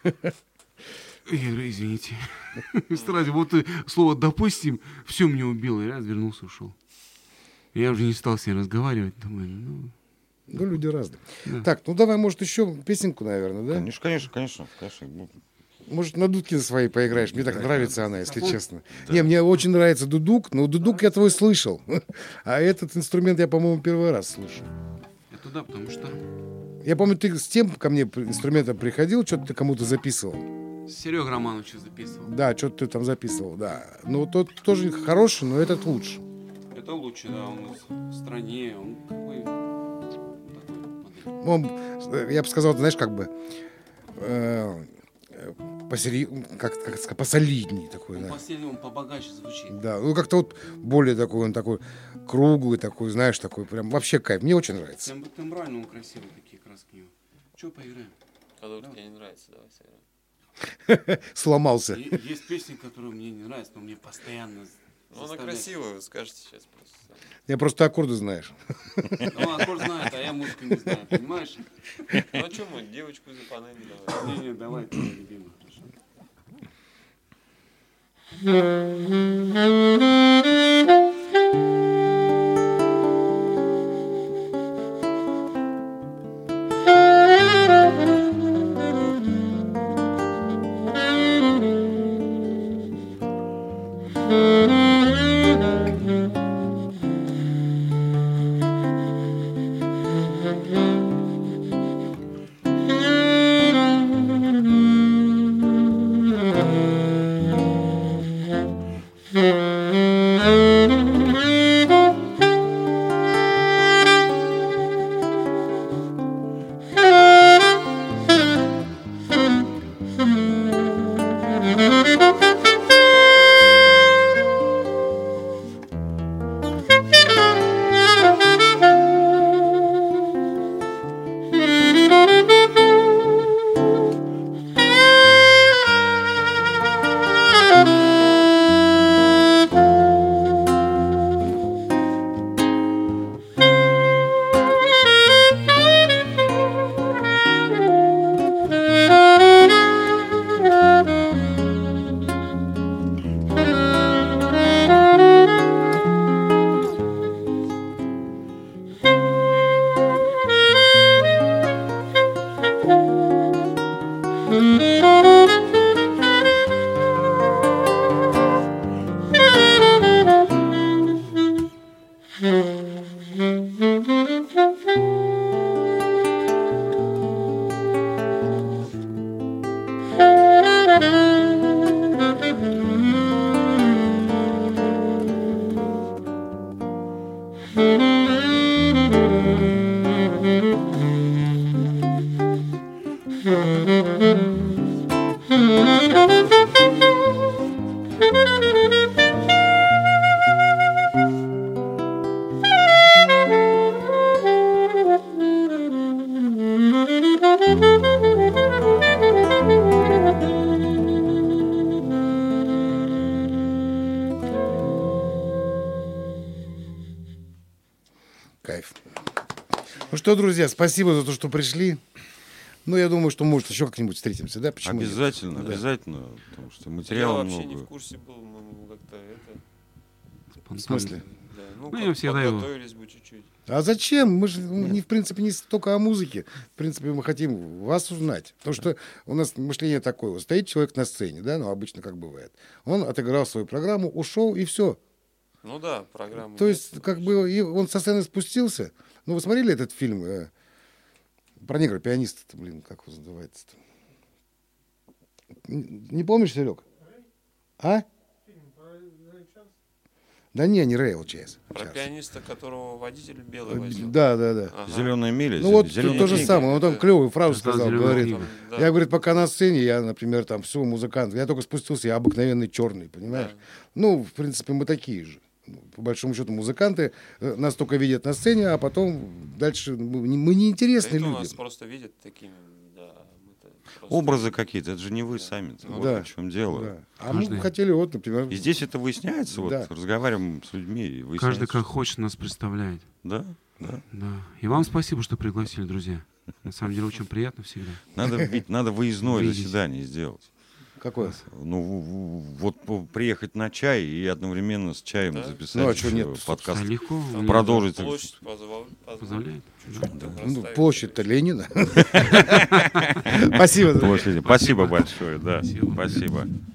Speaker 3: Я говорю, извините. Сразу вот э, слово «допустим» все мне убило. Я развернулся, ушел. Я уже не стал с ней разговаривать. Думаю, ну...
Speaker 2: ну, люди разные.
Speaker 3: Да.
Speaker 2: Так, ну давай, может, еще песенку, наверное, да?
Speaker 1: Конечно, конечно, конечно. конечно. Ну,
Speaker 2: Может, на дудке своей поиграешь? Мне так нравится она, если честно. Не, мне очень нравится дудук, но дудук я твой слышал. А этот инструмент я, по-моему, первый раз слышу.
Speaker 3: Это да, потому что...
Speaker 2: Я помню, ты с тем ко мне инструментом приходил, что-то ты кому-то записывал.
Speaker 3: Серега Романович записывал.
Speaker 2: Да, что-то ты там записывал, да. Ну, тот тоже хороший, но этот лучше.
Speaker 3: Это лучше, да, у нас в стране. Он какой такой модель.
Speaker 2: Он, я бы сказал, знаешь, как бы э, посери... как, как сказать, посолидней такой,
Speaker 3: Он
Speaker 2: да.
Speaker 3: последний, он побогаче звучит.
Speaker 2: Да, ну как-то вот более такой, он такой круглый, такой, знаешь, такой прям вообще кайф. Мне очень нравится.
Speaker 3: Тем, тембрально он красивый, такие краски у него. Че, поиграем?
Speaker 4: Когда вот тебе не нравится, давай сыграем.
Speaker 2: Сломался.
Speaker 3: И- Есть песни, которые мне не нравятся, но мне постоянно
Speaker 4: Ну, она
Speaker 3: заставляют.
Speaker 4: красивая, вы скажете сейчас просто.
Speaker 2: Я просто аккорды знаешь.
Speaker 3: Ну, он аккорд знает, а я музыку не знаю, понимаешь?
Speaker 4: Ну, а что мы, девочку за панель давай.
Speaker 3: Не-не, давай, ты любимый, хорошо.
Speaker 2: Кайф. Ну что, друзья, спасибо за то, что пришли. Ну, я думаю, что, может, еще как-нибудь встретимся, да? Почему нет?
Speaker 1: Обязательно,
Speaker 2: Да.
Speaker 1: обязательно, потому что
Speaker 4: Я
Speaker 1: материала
Speaker 4: вообще
Speaker 1: много.
Speaker 4: не в курсе был, мы как-то это...
Speaker 2: В смысле?
Speaker 4: Да, ну,
Speaker 3: Ну,
Speaker 4: как
Speaker 3: я всегда его-
Speaker 4: подготовились бы чуть-чуть.
Speaker 2: А зачем? Мы же, не, в принципе, не столько о музыке. В принципе, мы хотим вас узнать. Потому что у нас мышление такое. Вот стоит человек на сцене, да, ну, обычно как бывает. Он отыграл свою программу, ушел, и все.
Speaker 4: Ну да, программа.
Speaker 2: То есть, как бы, и он со сцены спустился. Ну, вы смотрели этот фильм э, про негра-пианиста-то, блин, как он называется-то? Н- Не помнишь, Серег? А? Да не, не Рэйл Чайз.
Speaker 4: Про пианиста, которого водитель белый возил.
Speaker 2: Да, да, да.
Speaker 4: Ага.
Speaker 1: Зеленая миля.
Speaker 2: Ну вот
Speaker 1: зеленая
Speaker 2: то же
Speaker 1: книга.
Speaker 2: самое. Он там
Speaker 4: Да.
Speaker 2: клевую фразу
Speaker 3: Да,
Speaker 2: сказал,
Speaker 3: «Зеленая
Speaker 2: говорит.
Speaker 3: книга».
Speaker 4: Да.
Speaker 2: Я, говорит, пока на сцене, я, например, там все, музыкант. Я только спустился, я обыкновенный черный, понимаешь?
Speaker 4: Да.
Speaker 2: Ну, в принципе, мы такие же. Ну, по большому счету, музыканты э, нас только видят на сцене, а потом дальше мы, не- мы
Speaker 4: Да
Speaker 2: неинтересны
Speaker 4: это у нас
Speaker 2: людям.
Speaker 4: просто видят такими, да. мы-то просто-
Speaker 1: Образы какие-то, это же не вы
Speaker 4: Да.
Speaker 1: сами.
Speaker 4: Ну
Speaker 1: Вот
Speaker 2: да.
Speaker 1: в чем дело.
Speaker 2: Да. А
Speaker 3: Каждый-
Speaker 2: мы хотели, вот, например...
Speaker 1: И здесь это выясняется, вот
Speaker 2: Да.
Speaker 1: разговариваем с людьми, и выясняется.
Speaker 3: Каждый как
Speaker 1: что-
Speaker 3: хочет нас представляет.
Speaker 1: Да, да.
Speaker 3: Да. И вам спасибо, что пригласили, друзья. На самом деле очень приятно всегда.
Speaker 1: Надо, ведь надо выездное
Speaker 3: Видеть.
Speaker 1: заседание сделать.
Speaker 2: Какое?
Speaker 1: Ну, в- в- вот по- приехать на чай и одновременно с чаем
Speaker 4: Да?
Speaker 1: записать
Speaker 2: Ну, а чё
Speaker 1: э,
Speaker 2: нет?
Speaker 1: подкаст.
Speaker 3: А легко.
Speaker 4: Там
Speaker 1: Продолжить.
Speaker 4: Площадь позвал- позвал-
Speaker 3: Позволяет.
Speaker 4: там
Speaker 2: Ну,
Speaker 4: расставить.
Speaker 2: площадь-то Ленина. Спасибо.
Speaker 1: Площади. Спасибо большое, да.
Speaker 3: Спасибо.
Speaker 1: Спасибо.